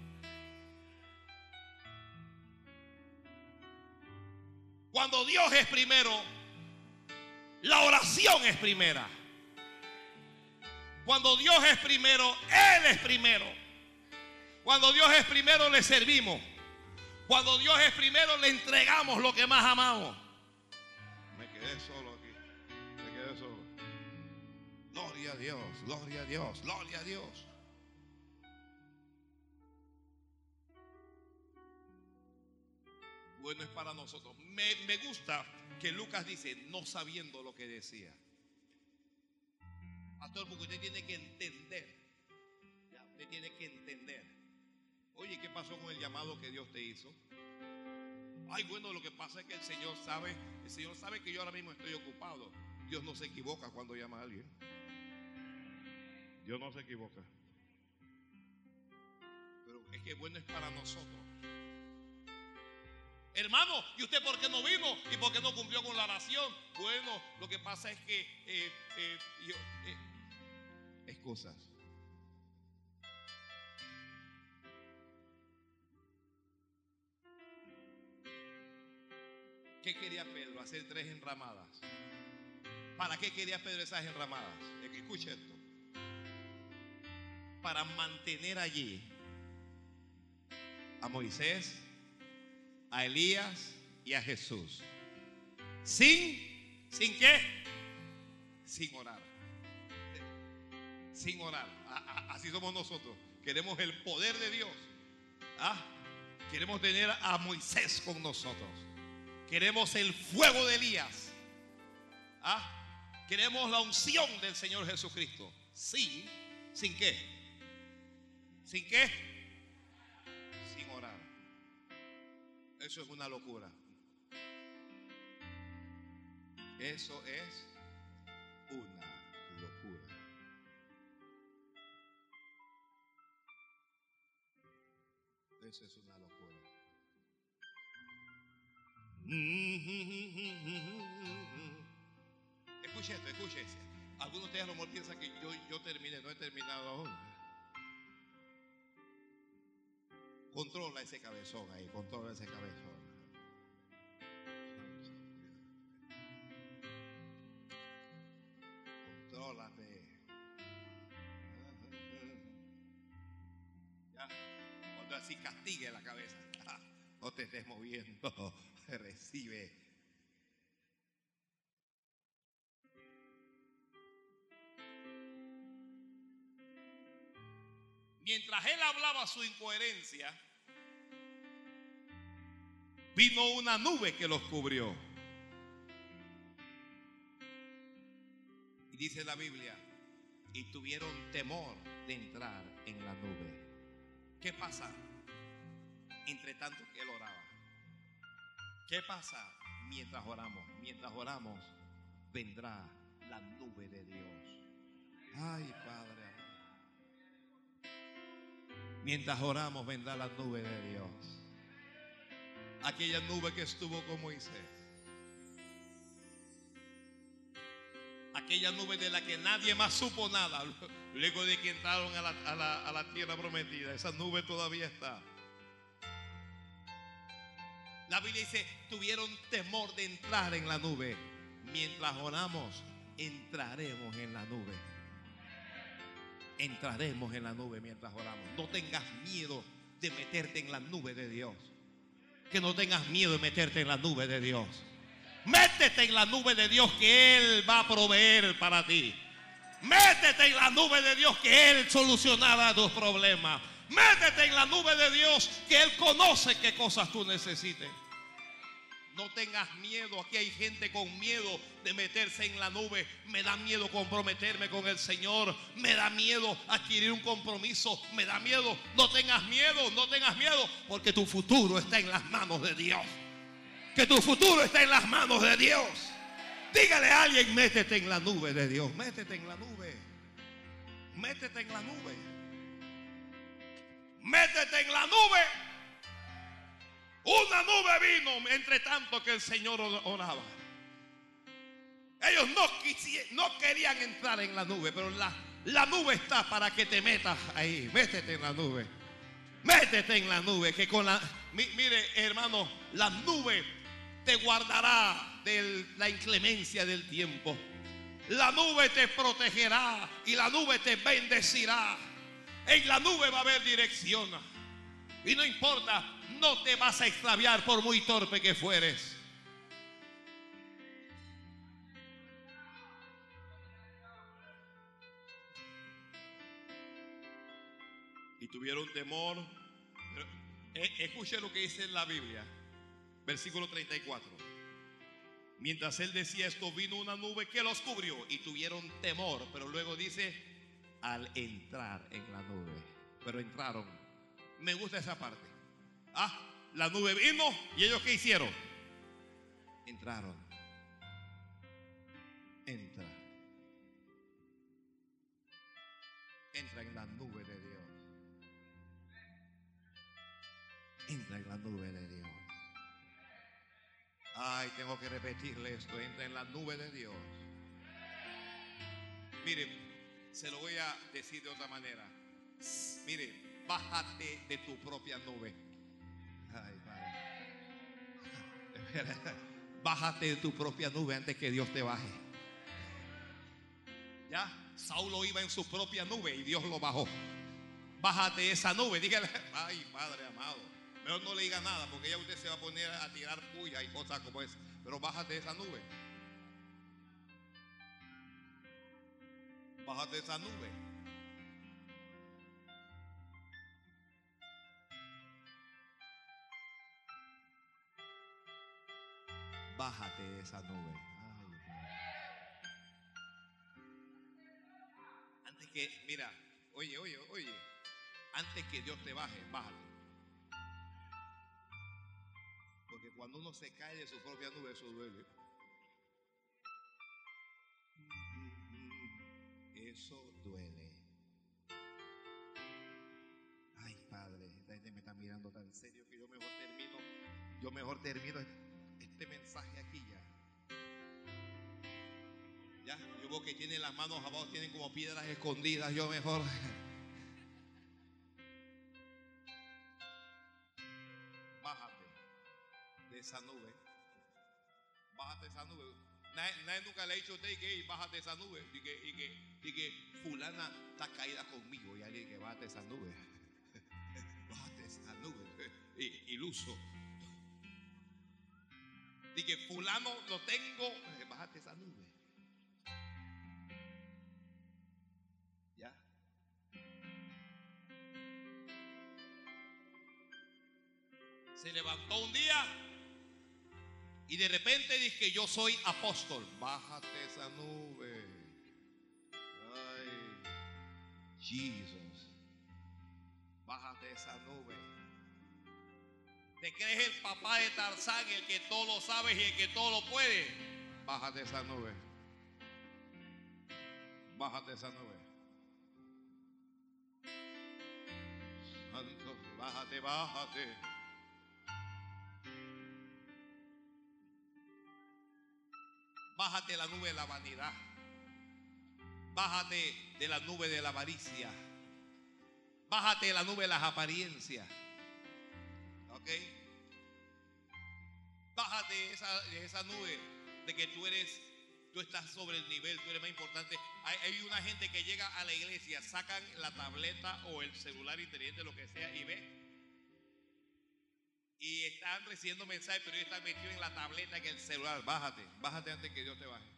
Cuando Dios es primero, la oración es primera. Cuando Dios es primero, Él es primero. Cuando Dios es primero, le servimos. Cuando Dios es primero, le entregamos lo que más amamos. Me quedé solo aquí. Me quedé solo. Gloria a Dios, gloria a Dios, gloria a Dios. bueno es para nosotros. Me, me gusta que Lucas dice, no sabiendo lo que decía. Pastor, porque usted tiene que entender. Ya, usted tiene que entender. Oye, ¿qué pasó con el llamado que Dios te hizo? Ay, bueno, lo que pasa es que el Señor sabe, el Señor sabe que yo ahora mismo estoy ocupado. Dios no se equivoca cuando llama a alguien. Dios no se equivoca. Pero es que bueno es para nosotros. Hermano, ¿y usted por qué no vino? ¿Y por qué no cumplió con la oración? Bueno, lo que pasa es que eh, eh, yo, eh, excusas. ¿Qué quería Pedro? Hacer tres enramadas. ¿Para qué quería Pedro esas enramadas? Escuche esto. Para mantener allí a Moisés, a Elías y a Jesús. ¿Sin? ¿Sin qué? Sin orar. Sin orar. Así somos nosotros. Queremos el poder de Dios. ¿Ah? Queremos tener a Moisés con nosotros. Queremos el fuego de Elías. ¿Ah? Queremos la unción del Señor Jesucristo. Sin, ¿sin qué? ¿Sin qué? Sin orar. Eso es una locura. Eso es una locura. Eso es una locura. Escuche esto, escuche esto. Algunos de ustedes a lo mejor piensan que yo, yo terminé, no he terminado aún. Controla ese cabezón ahí, controla ese cabezón. Contrólate. Ya, cuando así castigue la cabeza. No te estés moviendo. Recibe. Mientras él hablaba su incoherencia, vino una nube que los cubrió. Y dice la Biblia, y tuvieron temor de entrar en la nube. ¿Qué pasa? Entre tanto que él oraba. ¿Qué pasa? Mientras oramos, mientras oramos, vendrá la nube de Dios. Ay, Padre. Mientras oramos, vendrá la nube de Dios. Aquella nube que estuvo con Moisés. Aquella nube de la que nadie más supo nada luego de que entraron a la, a la, a la tierra prometida. Esa nube todavía está. La Biblia dice, tuvieron temor de entrar en la nube. Mientras oramos, entraremos en la nube. Entraremos en la nube mientras oramos. No tengas miedo de meterte en la nube de Dios. Que no tengas miedo de meterte en la nube de Dios. Métete en la nube de Dios que Él va a proveer para ti. Métete en la nube de Dios que Él solucionará tus problemas. Métete en la nube de Dios que Él conoce qué cosas tú necesites. No tengas miedo. Aquí hay gente con miedo de meterse en la nube. Me da miedo comprometerme con el Señor. Me da miedo adquirir un compromiso. Me da miedo. No tengas miedo, no tengas miedo, porque tu futuro está en las manos de Dios. Que tu futuro está en las manos de Dios. Dígale a alguien, métete en la nube de Dios. Métete en la nube. Métete en la nube. Métete en la nube. Una nube vino entre tanto que el Señor oraba. Ellos no, no querían entrar en la nube, pero la, la nube está para que te metas ahí. Métete en la nube. Métete en la nube. Que con la, mire, hermano, la nube te guardará de la inclemencia del tiempo. La nube te protegerá y la nube te bendecirá. En la nube va a haber dirección. Y no importa, no te vas a extraviar por muy torpe que fueres. Y tuvieron temor. Pero, eh, escuche lo que dice en la Biblia. Versículo treinta y cuatro. Mientras él decía esto, vino una nube que los cubrió y tuvieron temor. Pero luego dice, al entrar en la nube. Pero entraron. Me gusta esa parte. Ah, la nube vino y ellos ¿qué hicieron? Entraron. Entra. Entra en la nube de Dios. Entra en la nube de Dios. Ay, tengo que repetirle esto. Entra en la nube de Dios. Mire, se lo voy a decir de otra manera. Mire, bájate de tu propia nube. Ay, padre. Bájate de tu propia nube antes que Dios te baje. Ya, Saulo iba en su propia nube y Dios lo bajó. Bájate de esa nube. Dígale, ay, Padre amado. Mejor no le diga nada porque ya usted se va a poner a tirar puya y cosas como esa. Pero bájate de esa nube. Bájate de esa nube. Bájate de esa nube. Ay, antes que, mira, oye, oye, oye. Antes que Dios te baje, bájate. Porque cuando uno se cae de su propia nube, eso duele. Eso duele. Ay, Padre, esta gente me está mirando tan serio que yo mejor termino, yo mejor termino este mensaje aquí ya. Ya, yo veo que tienen las manos abajo, tienen como piedras escondidas, yo mejor. Bájate de esa nube. Bájate de esa nube. Nadie, nadie nunca le ha dicho a usted que bájate de esa nube. Y que, y que, y que fulana está caída conmigo. Y alguien que bájate de esa nube. Bájate de esa nube. Iluso. Y que fulano lo tengo. Bájate de esa nube. ¿Ya? Se levantó un día y de repente dice que yo soy apóstol. Bájate esa nube. Ay, Jesús. Bájate esa nube. ¿Te crees el papá de Tarzán, el que todo lo sabe y el que todo lo puede? Bájate esa nube. Bájate esa nube. Santo, bájate, bájate. Bájate de la nube de la vanidad. Bájate de la nube de la avaricia. Bájate de la nube de las apariencias. ¿Ok? Bájate de esa, de esa nube de que tú eres, tú estás sobre el nivel, tú eres más importante. Hay, hay una gente que llega a la iglesia, sacan la tableta o el celular inteligente, lo que sea, y ve. Y están recibiendo mensajes, pero ellos están metidos en la tableta, en el celular. Bájate, bájate antes que Dios te baje.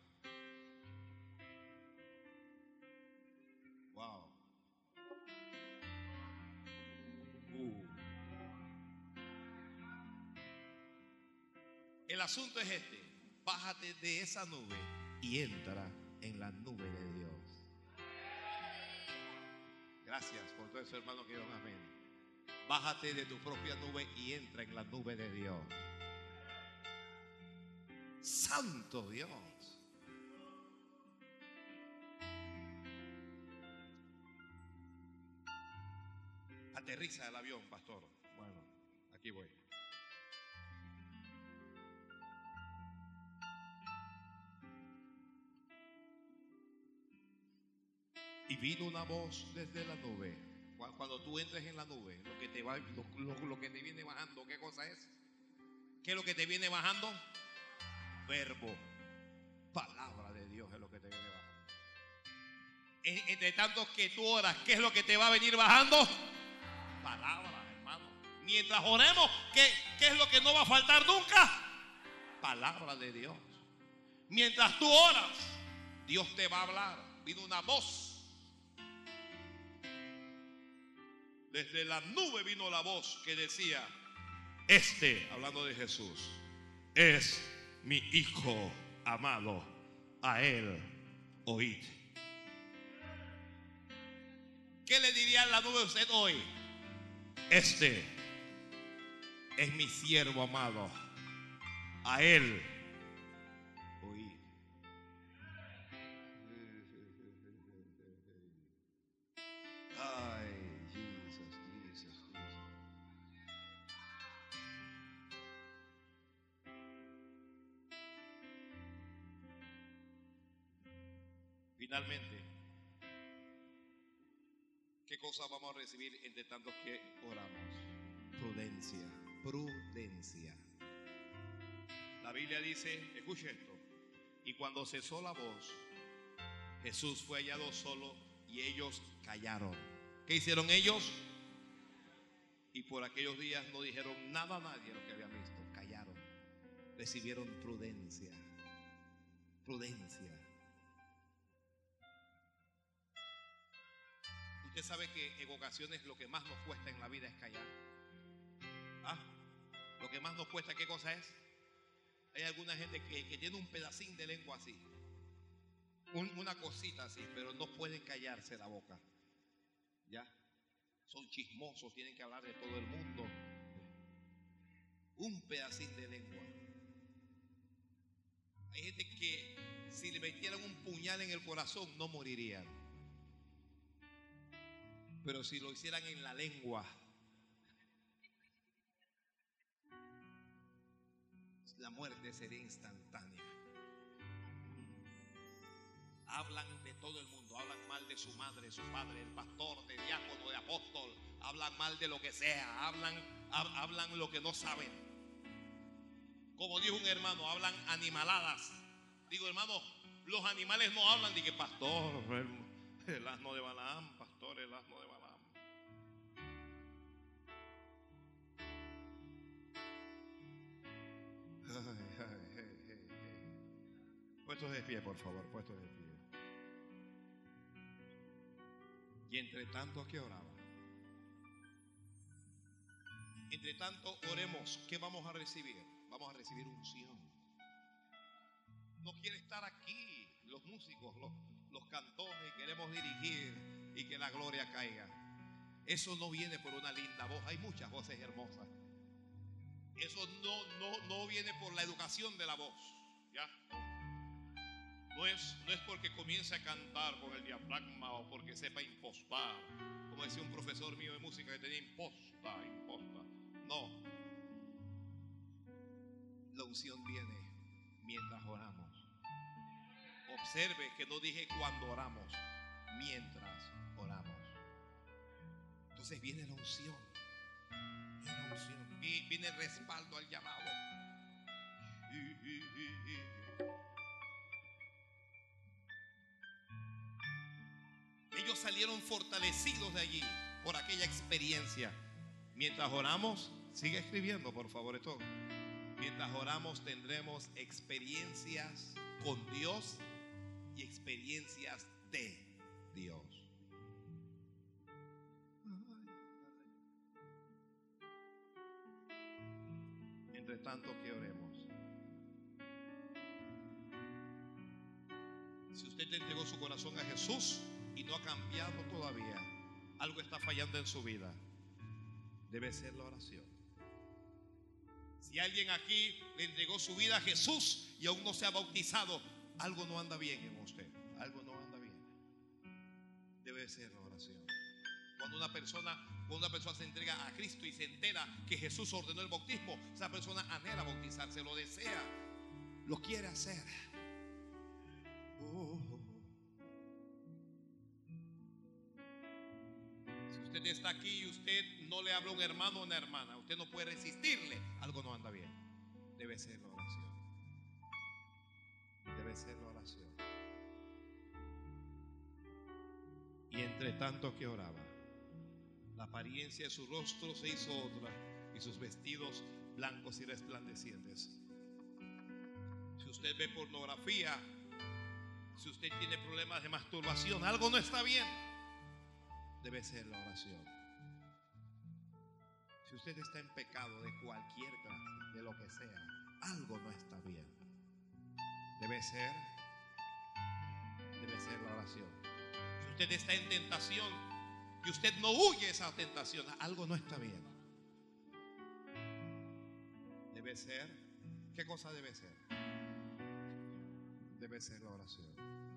Wow. Uh. El asunto es este: bájate de esa nube y entra en la nube de Dios. Gracias por todo eso, hermano, que digan amén. Bájate de tu propia nube y entra en la nube de Dios. Santo Dios. Aterriza el avión, pastor. Bueno, aquí voy. Y vino una voz desde la nube. Cuando tú entres en la nube, lo que te va, lo, lo, lo que te viene bajando, ¿qué cosa es? ¿Qué es lo que te viene bajando? Verbo, palabra de Dios es lo que te viene bajando. Entre tanto que tú oras, ¿qué es lo que te va a venir bajando? Palabra, hermano. Mientras oremos, ¿qué, qué es lo que no va a faltar nunca? Palabra de Dios. Mientras tú oras, Dios te va a hablar. Vino una voz. Desde la nube vino la voz que decía: Este, hablando de Jesús, es mi Hijo amado, a Él oíd. ¿Qué le diría la nube a usted hoy? Este es mi siervo amado, a Él oíd. Ay, Jesus, Jesus, Jesus. Finalmente, ¿qué cosa vamos a recibir entre tantos que oramos? Prudencia, prudencia. La Biblia dice, escuche esto, y cuando cesó la voz, Jesús fue hallado solo y ellos callaron. ¿Qué hicieron ellos? Y por aquellos días no dijeron nada a nadie de lo que habían visto, callaron. Recibieron prudencia, prudencia. Usted sabe que en ocasiones lo que más nos cuesta en la vida es callar. ¿Ah? Lo que más nos cuesta, ¿qué cosa es? Hay alguna gente que, que tiene un pedacín de lengua así, un, una cosita así, pero no pueden callarse la boca. ¿Ya? Son chismosos, tienen que hablar de todo el mundo. Un pedacín de lengua. Hay gente que si le metieran un puñal en el corazón no morirían. Pero si lo hicieran en la lengua, la muerte sería instantánea. Hablan de todo el mundo, hablan mal de su madre, su padre, el pastor, de diácono, de apóstol, hablan mal de lo que sea, hablan, hab, hablan lo que no saben. Como dijo un hermano, hablan animaladas. Digo, hermano, los animales no hablan de que pastor, el, el asno de Balaam, pastor, el asno de Balaam. Ay, ay, ay, ay, ay. Puestos de pie, por favor, puestos de pie. Y entre tanto que oraba, entre tanto oremos, ¿qué vamos a recibir? Vamos a recibir unción. No quiere estar aquí los músicos, los, los cantores, queremos dirigir y que la gloria caiga. Eso no viene por una linda voz, hay muchas voces hermosas. Eso no, no, no viene por la educación de la voz, ¿ya? No es, no es porque comience a cantar con el diafragma o porque sepa impostar, como decía un profesor mío de música que tenía imposta, imposta. No. La unción viene mientras oramos. Observe que no dije cuando oramos, mientras oramos. Entonces viene la unción. Viene la unción. Y viene el respaldo al llamado. Ellos salieron fortalecidos de allí por aquella experiencia. Mientras oramos, sigue escribiendo, por favor, esto. Mientras oramos tendremos experiencias con Dios y experiencias de Dios. Entre tanto que oremos. Si usted le entregó su corazón a Jesús y no ha cambiado todavía, algo está fallando en su vida. Debe ser la oración. Si alguien aquí le entregó su vida a Jesús y aún no se ha bautizado, algo no anda bien en usted. Algo no anda bien. Debe ser la oración. Cuando una persona, cuando una persona se entrega a Cristo y se entera que Jesús ordenó el bautismo, esa persona anhela bautizarse, lo desea, lo quiere hacer. Oh. Si usted está aquí y usted no le habla a un hermano o una hermana, usted no puede resistirle, algo no anda bien. Debe ser la oración. Debe ser la oración. Y entre tanto que oraba, la apariencia de su rostro se hizo otra y sus vestidos blancos y resplandecientes. Si usted ve pornografía, si usted tiene problemas de masturbación, algo no está bien. Debe ser la oración. Si Si usted está en pecado de cualquier clase, de lo que sea, algo no está bien. Debe ser, debe ser la oración. Si usted está en tentación y usted no huye esa tentación, algo no está bien. Debe ser, ¿qué cosa debe ser? Debe ser la oración.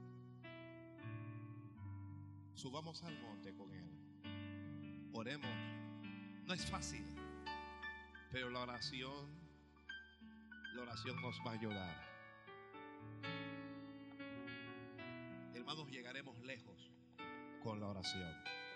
Subamos al monte con Él. Oremos. No es fácil, pero la oración, la oración nos va a ayudar. Hermanos, llegaremos lejos con la oración.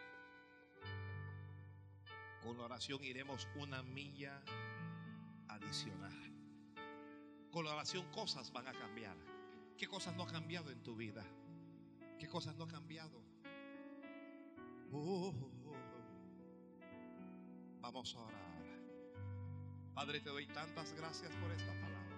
Con la oración iremos una milla adicional. Con la oración cosas van a cambiar. ¿Qué cosas no han cambiado en tu vida? ¿Qué cosas no han cambiado? Oh, oh, oh. Vamos a orar. Padre, te doy tantas gracias por esta palabra.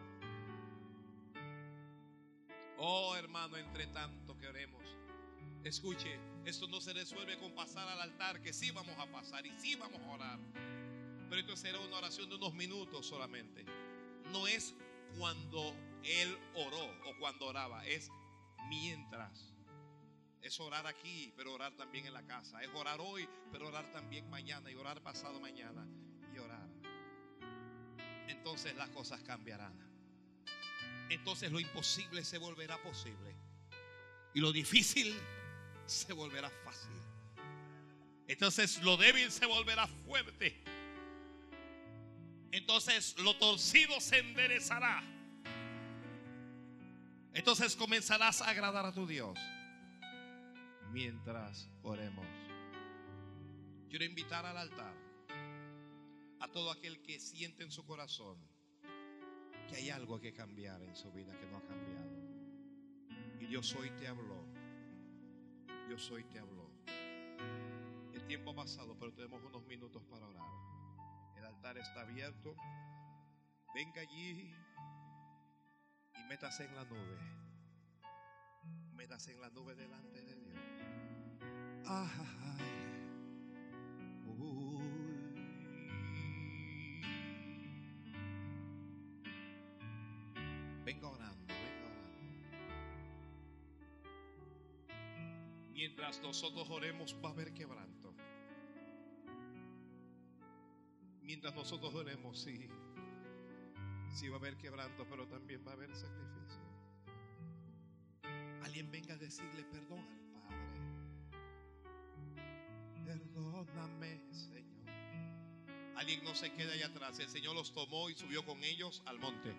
Oh, hermano, entre tanto que oremos, escuche, esto no se resuelve con pasar al altar, que sí vamos a pasar y sí vamos a orar, pero esto será una oración de unos minutos solamente. No es cuando Él oró o cuando oraba, es mientras. Es orar aquí, pero orar también en la casa. Es orar hoy, pero orar también mañana. Y orar pasado mañana. Y orar. Entonces las cosas cambiarán. Entonces lo imposible se volverá posible. Y lo difícil se volverá fácil. Entonces lo débil se volverá fuerte. Entonces lo torcido se enderezará. Entonces comenzarás a agradar a tu Dios. Mientras oremos, quiero invitar al altar a todo aquel que siente en su corazón que hay algo que cambiar en su vida, que no ha cambiado. Y Dios hoy te habló. Dios hoy te habló. El tiempo ha pasado, pero tenemos unos minutos para orar. El altar está abierto. Venga allí y métase en la nube. Métase en la nube delante de Dios. Ay, uy. Venga orando, venga orando. Mientras nosotros oremos va a haber quebranto. Mientras nosotros oremos, sí, sí va a haber quebranto, pero también va a haber sacrificio. Alguien venga a decirle perdón al Padre. Perdóname, Señor. Alguien no se queda allá atrás. El Señor los tomó y subió con ellos al monte.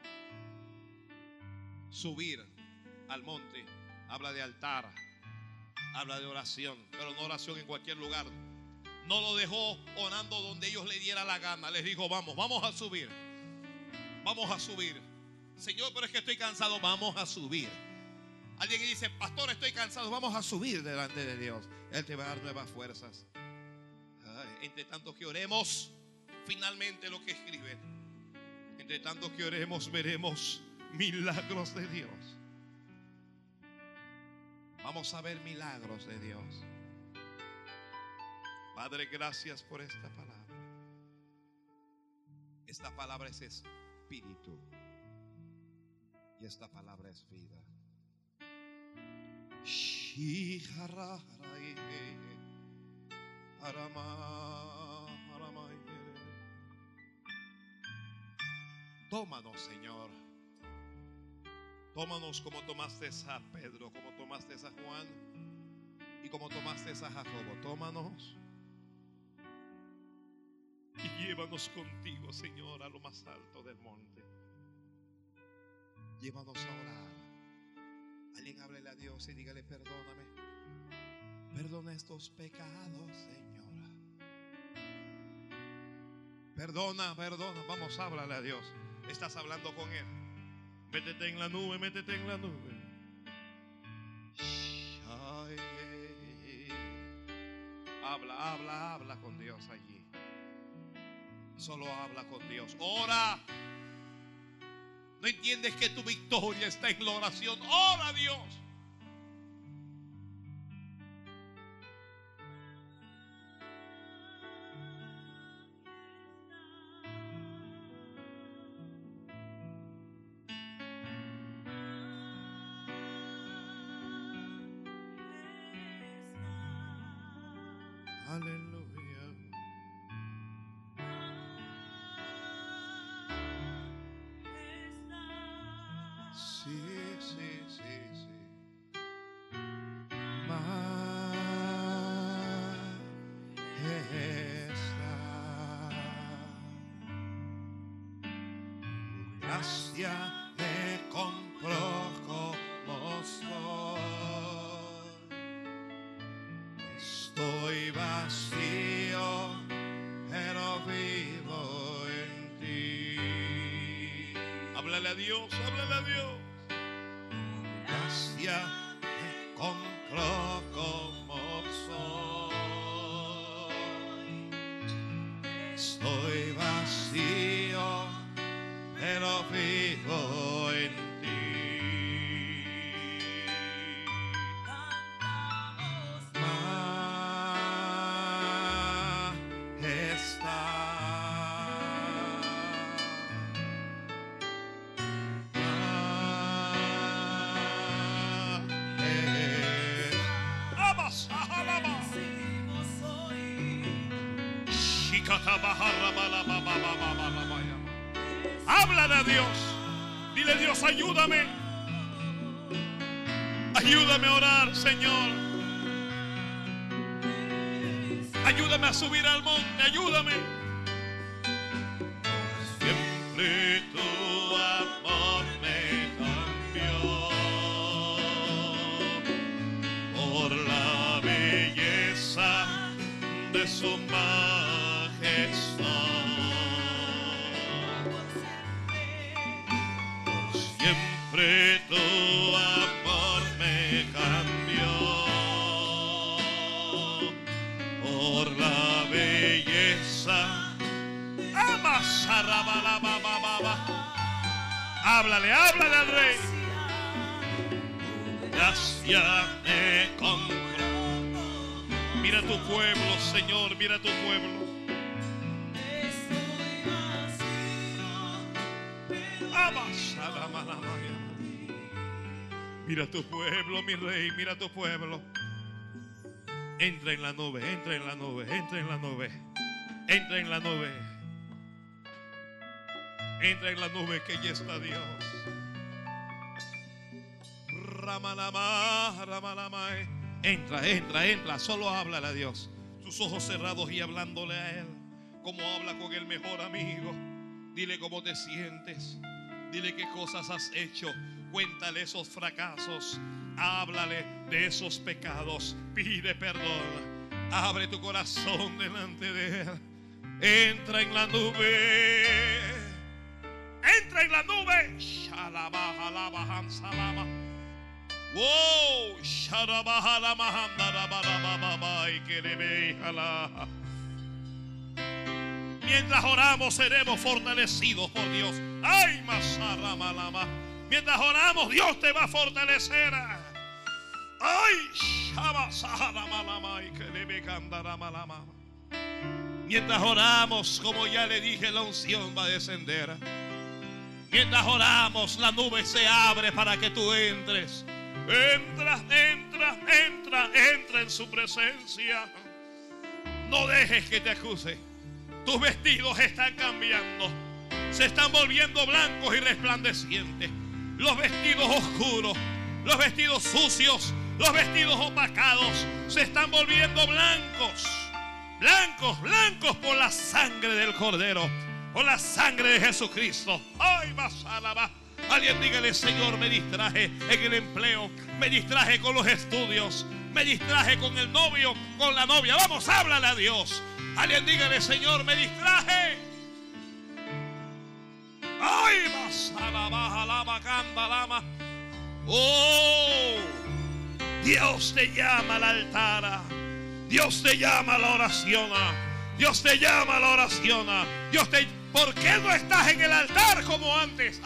Subir al monte habla de altar, habla de oración, pero no oración en cualquier lugar. No lo dejó orando donde ellos le diera la gana. Les dijo, vamos, vamos a subir. Vamos a subir. Señor, pero es que estoy cansado. Vamos a subir. Alguien que dice, pastor, estoy cansado. Vamos a subir delante de Dios. Él te va a dar nuevas fuerzas. Ay, entre tanto que oremos, finalmente lo que escriben. Entre tanto que oremos, veremos milagros de Dios. Vamos a ver milagros de Dios. Padre, gracias por esta palabra. Esta palabra es espíritu y esta palabra es vida. Tómanos, Señor. Tómanos como tomaste a Pedro, como tomaste a Juan y como tomaste a Jacobo. Tómanos y llévanos contigo, Señor, a lo más alto del monte. Llévanos a orar. Alguien háblele a Dios y dígale, perdóname. Perdona estos pecados, Señor. Perdona, perdona. Vamos, háblale a Dios. Estás hablando con Él. Métete en la nube, métete en la nube. Ay, habla, habla, habla con Dios allí. Solo habla con Dios. Ora. ¿No entiendes que tu victoria está en la oración? Ora a Dios. Aleluya. Sí, sí, sí, sí. Majestad. Gracia me compró como soy. Estoy vacío, pero vivo en ti. Háblale a Dios, háblale a Dios. Gracia me compró como soy. Estoy vacío, pero vivo en ti. Háblale a Dios. Dile: Dios, ayúdame. Ayúdame a orar, Señor. Ayúdame a subir al monte. Ayúdame. Siempre tu amor me cambió por la belleza de su majestad. Siempre tu amor me cambió por la belleza. Háblale, háblale al Rey. Gracias me compró. Mira tu pueblo, Señor, mira tu pueblo. Mira tu pueblo, mi Rey, mira tu pueblo. Entra en la nube, entra en la nube, entra en la nube, entra en la nube, entra en la nube que ya está Dios. Ramalama, ramalama. Entra, entra, entra, solo háblale a Dios. Tus ojos cerrados y hablándole a Él como habla con el mejor amigo. Dile cómo te sientes. Dile qué cosas has hecho. Cuéntale esos fracasos. Háblale de esos pecados. Pide perdón. Abre tu corazón delante de Él. Entra en la nube. Entra en la nube. Shalaba, jalaba, hansalaba. Wow. Shalaba, jalaba, handaraba, y que le ve, jala. Mientras oramos seremos fortalecidos por Dios. Ay, masarra malama. Mientras oramos, Dios te va a fortalecer. Ay, shabasara malama y que le ve candara malama. Mientras oramos, como ya le dije, la unción va a descender. Mientras oramos, la nube se abre para que tú entres. Entra, entra, entra, entra en su presencia. No dejes que te acuse. Tus vestidos están cambiando. Se están volviendo blancos y resplandecientes. Los vestidos oscuros, los vestidos sucios, los vestidos opacados se están volviendo blancos. Blancos, blancos por la sangre del Cordero, por la sangre de Jesucristo. Ay, basalaba. Alguien dígale: Señor, me distraje en el empleo, me distraje con los estudios, me distraje con el novio, con la novia. Vamos, háblale a Dios. Alguien dígale: Señor, me distraje. Ay, basalaba, lama, canda, lama. Oh, Dios te llama al altar. Dios te llama a la oración. Dios te llama a la oración. Dios te... ¿Por qué no estás en el altar como antes?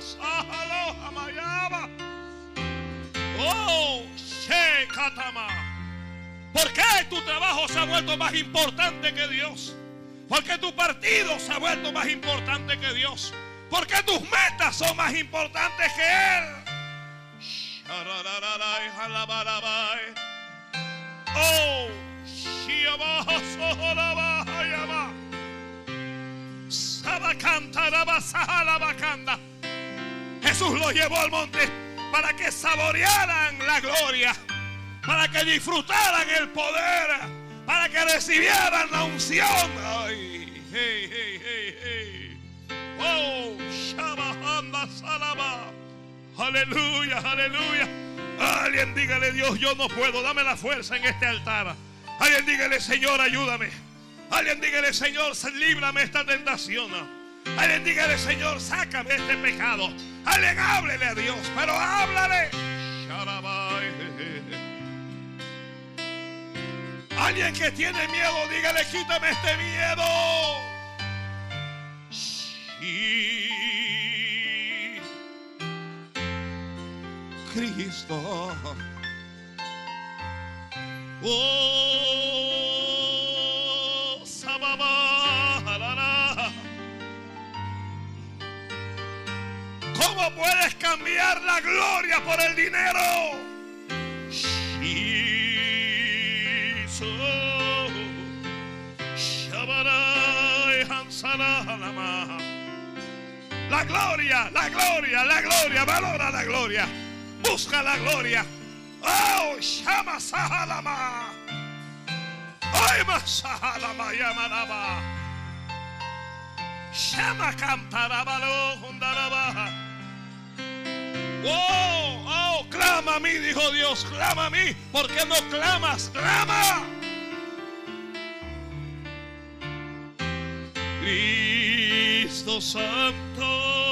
Oh, Shekatama. ¿Por qué tu trabajo se ha vuelto más importante que Dios? ¿Por qué tu partido se ha vuelto más importante que Dios? ¿Por qué tus metas son más importantes que Él? Oh, Jesús lo llevó al monte para que saborearan la gloria, para que disfrutaran el poder, para que recibieran la unción. Ay, hey, hey, hey, hey. Oh, Shabahanda Salaba. Aleluya, aleluya. Alguien dígale: Dios, yo no puedo, dame la fuerza en este altar. Alguien dígale: Señor, ayúdame. Alguien dígale: Señor, líbrame esta tentación. Alguien dígale: Señor, sácame este pecado. Alguien háblele a Dios, pero háblale. Alguien que tiene miedo, dígale: quítame este miedo. Sí, Cristo. Oh, Sababa. ¿Cómo puedes cambiar la gloria por el dinero? La gloria, la gloria, la gloria, valora la gloria, busca la gloria. Oh, Shama Sahalama. Ay, Masahalama Yamanaba. Shama Cantarabalo Hundaraba. Oh, oh, clama a mí, dijo Dios, clama a mí. ¿Por qué no clamas? Clama. Cristo Santo.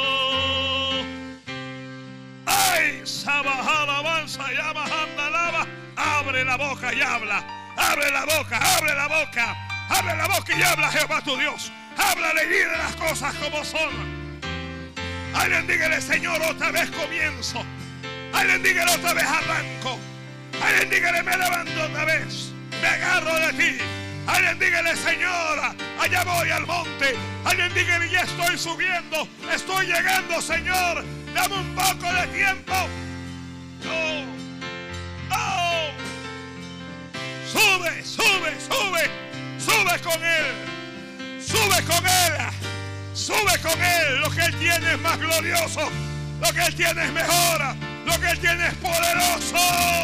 Ay, Sabah, alabanza, llama, andalaba. Abre la boca y habla. Abre la boca, abre la boca. Abre la boca y habla, Jehová tu Dios. Háblale y dile las cosas como son. Alguien dígale: Señor, otra vez comienzo. Alguien dígale: otra vez arranco. Alguien dígale: me levanto otra vez. Me agarro de ti. Alguien dígale: Señor, allá voy al monte. Alguien dígale: ya estoy subiendo. Estoy llegando, Señor. Dame un poco de tiempo. Oh, oh. Sube, sube, sube. Sube con Él. Sube con Él. Sube con Él. Lo que Él tiene es más glorioso. Lo que Él tiene es mejor. Lo que Él tiene es poderoso.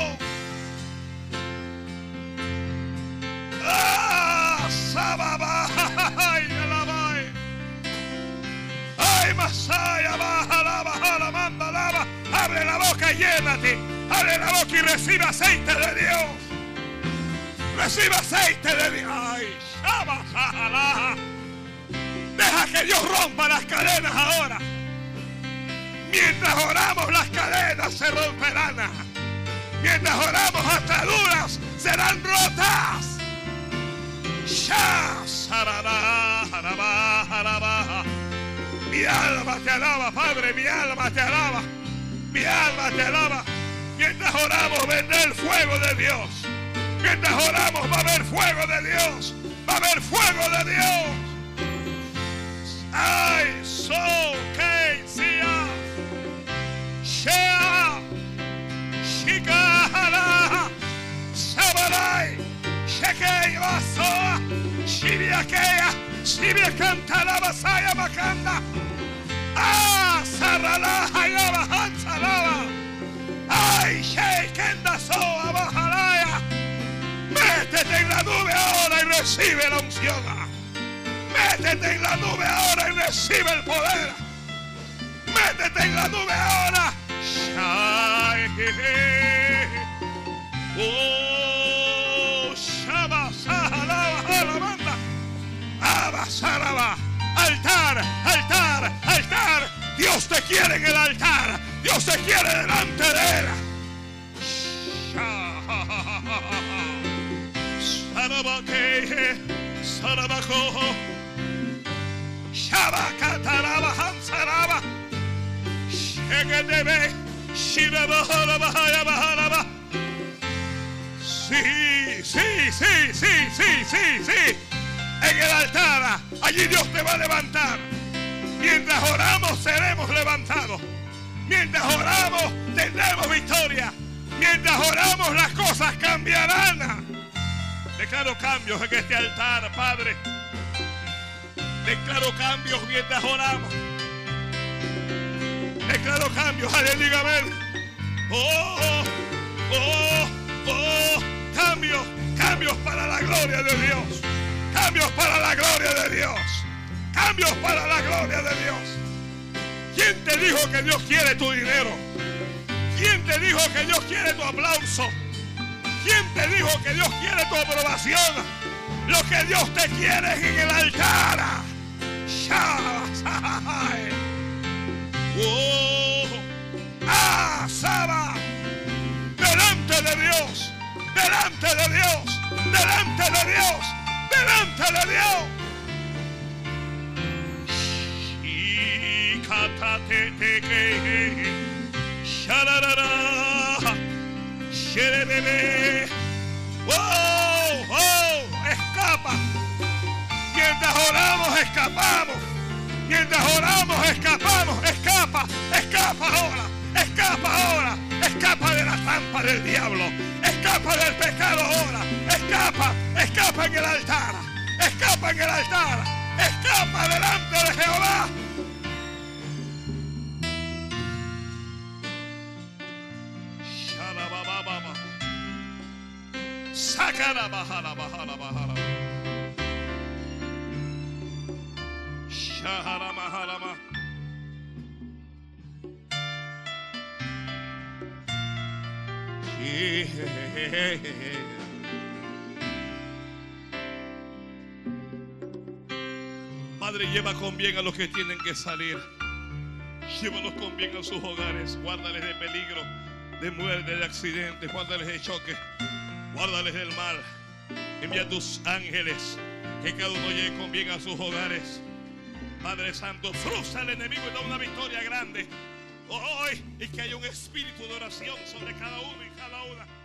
¡Ah! ¡Sababa! ¡Ay, alabai! ¡Ay, Masaya! ¡Baja, lava, jala, manda, lava! ¡Abre la boca y llénate! ¡Abre la boca y recibe aceite de Dios! ¡Recibe aceite de Dios! ¡Ay! ¡Shaba, jala! Deja que Dios rompa las cadenas ahora. Mientras oramos, las cadenas se romperán. Mientras oramos, ataduras serán rotas. Mi alma te alaba, Padre, mi alma te alaba. Mi alma te alaba. Mientras oramos, vendrá el fuego de Dios. Mientras oramos, va a haber fuego de Dios. Va a haber fuego de Dios. Ay, so, que, sia, shea, shikala, sabarai, shekei, vasoa, shibiakea, shibiakantala, vasaya, bakanda, ah, sarala, hayaba, hansalaba, ay, sheikenda, soa, bajalaya. Métete en la nube ahora y recibe la unción. Métete en la nube ahora y recibe el poder. Métete en la nube ahora. Oh, Shaba, Sahalaba, Alabanda. Abasaraba. Altar, altar, altar. Dios te quiere en el altar. Dios te quiere delante de él. Sarabake, Sarabaco. Shabakataraba, Hansaraba, Shekadebe, Shibabaharaba, Hayabaharaba. Sí, sí, sí, sí, sí, sí, sí. En el altar, allí Dios te va a levantar. Mientras oramos, seremos levantados. Mientras oramos, tendremos victoria. Mientras oramos, las cosas cambiarán. Declaro cambios en este altar, Padre. Declaro cambios mientras oramos. Declaro cambios, aleluya, amén. Oh, oh, oh, cambios, cambios para la gloria de Dios. Cambios para la gloria de Dios. Cambios para la gloria de Dios. ¿Quién te dijo que Dios quiere tu dinero? ¿Quién te dijo que Dios quiere tu aplauso? ¿Quién te dijo que Dios quiere tu aprobación? Lo que Dios te quiere es en el altar. Oh, ah, Saba, delante de Dios, delante de Dios, delante de Dios, delante de Dios. Y cátate te que shararara, sherebe. Oh, oh, escapa. Mientras oramos, escapamos. Mientras oramos, escapamos. Escapa, escapa ahora. Escapa ahora. Escapa de la trampa del diablo. Escapa del pecado ahora. Escapa, escapa en el altar. Escapa en el altar. Escapa delante de Jehová. Sácala, bájala, bájala, bájala. Shahara, mahalama. Padre, lleva con bien a los que tienen que salir. Llévalos con bien a sus hogares. Guárdales de peligro, de muerte, de accidentes. Guárdales de choque. Guárdales del mal. Envía tus ángeles, que cada uno llegue con bien a sus hogares. Padre Santo, frustra al enemigo y da una victoria grande hoy, y que haya un espíritu de oración sobre cada uno y cada una.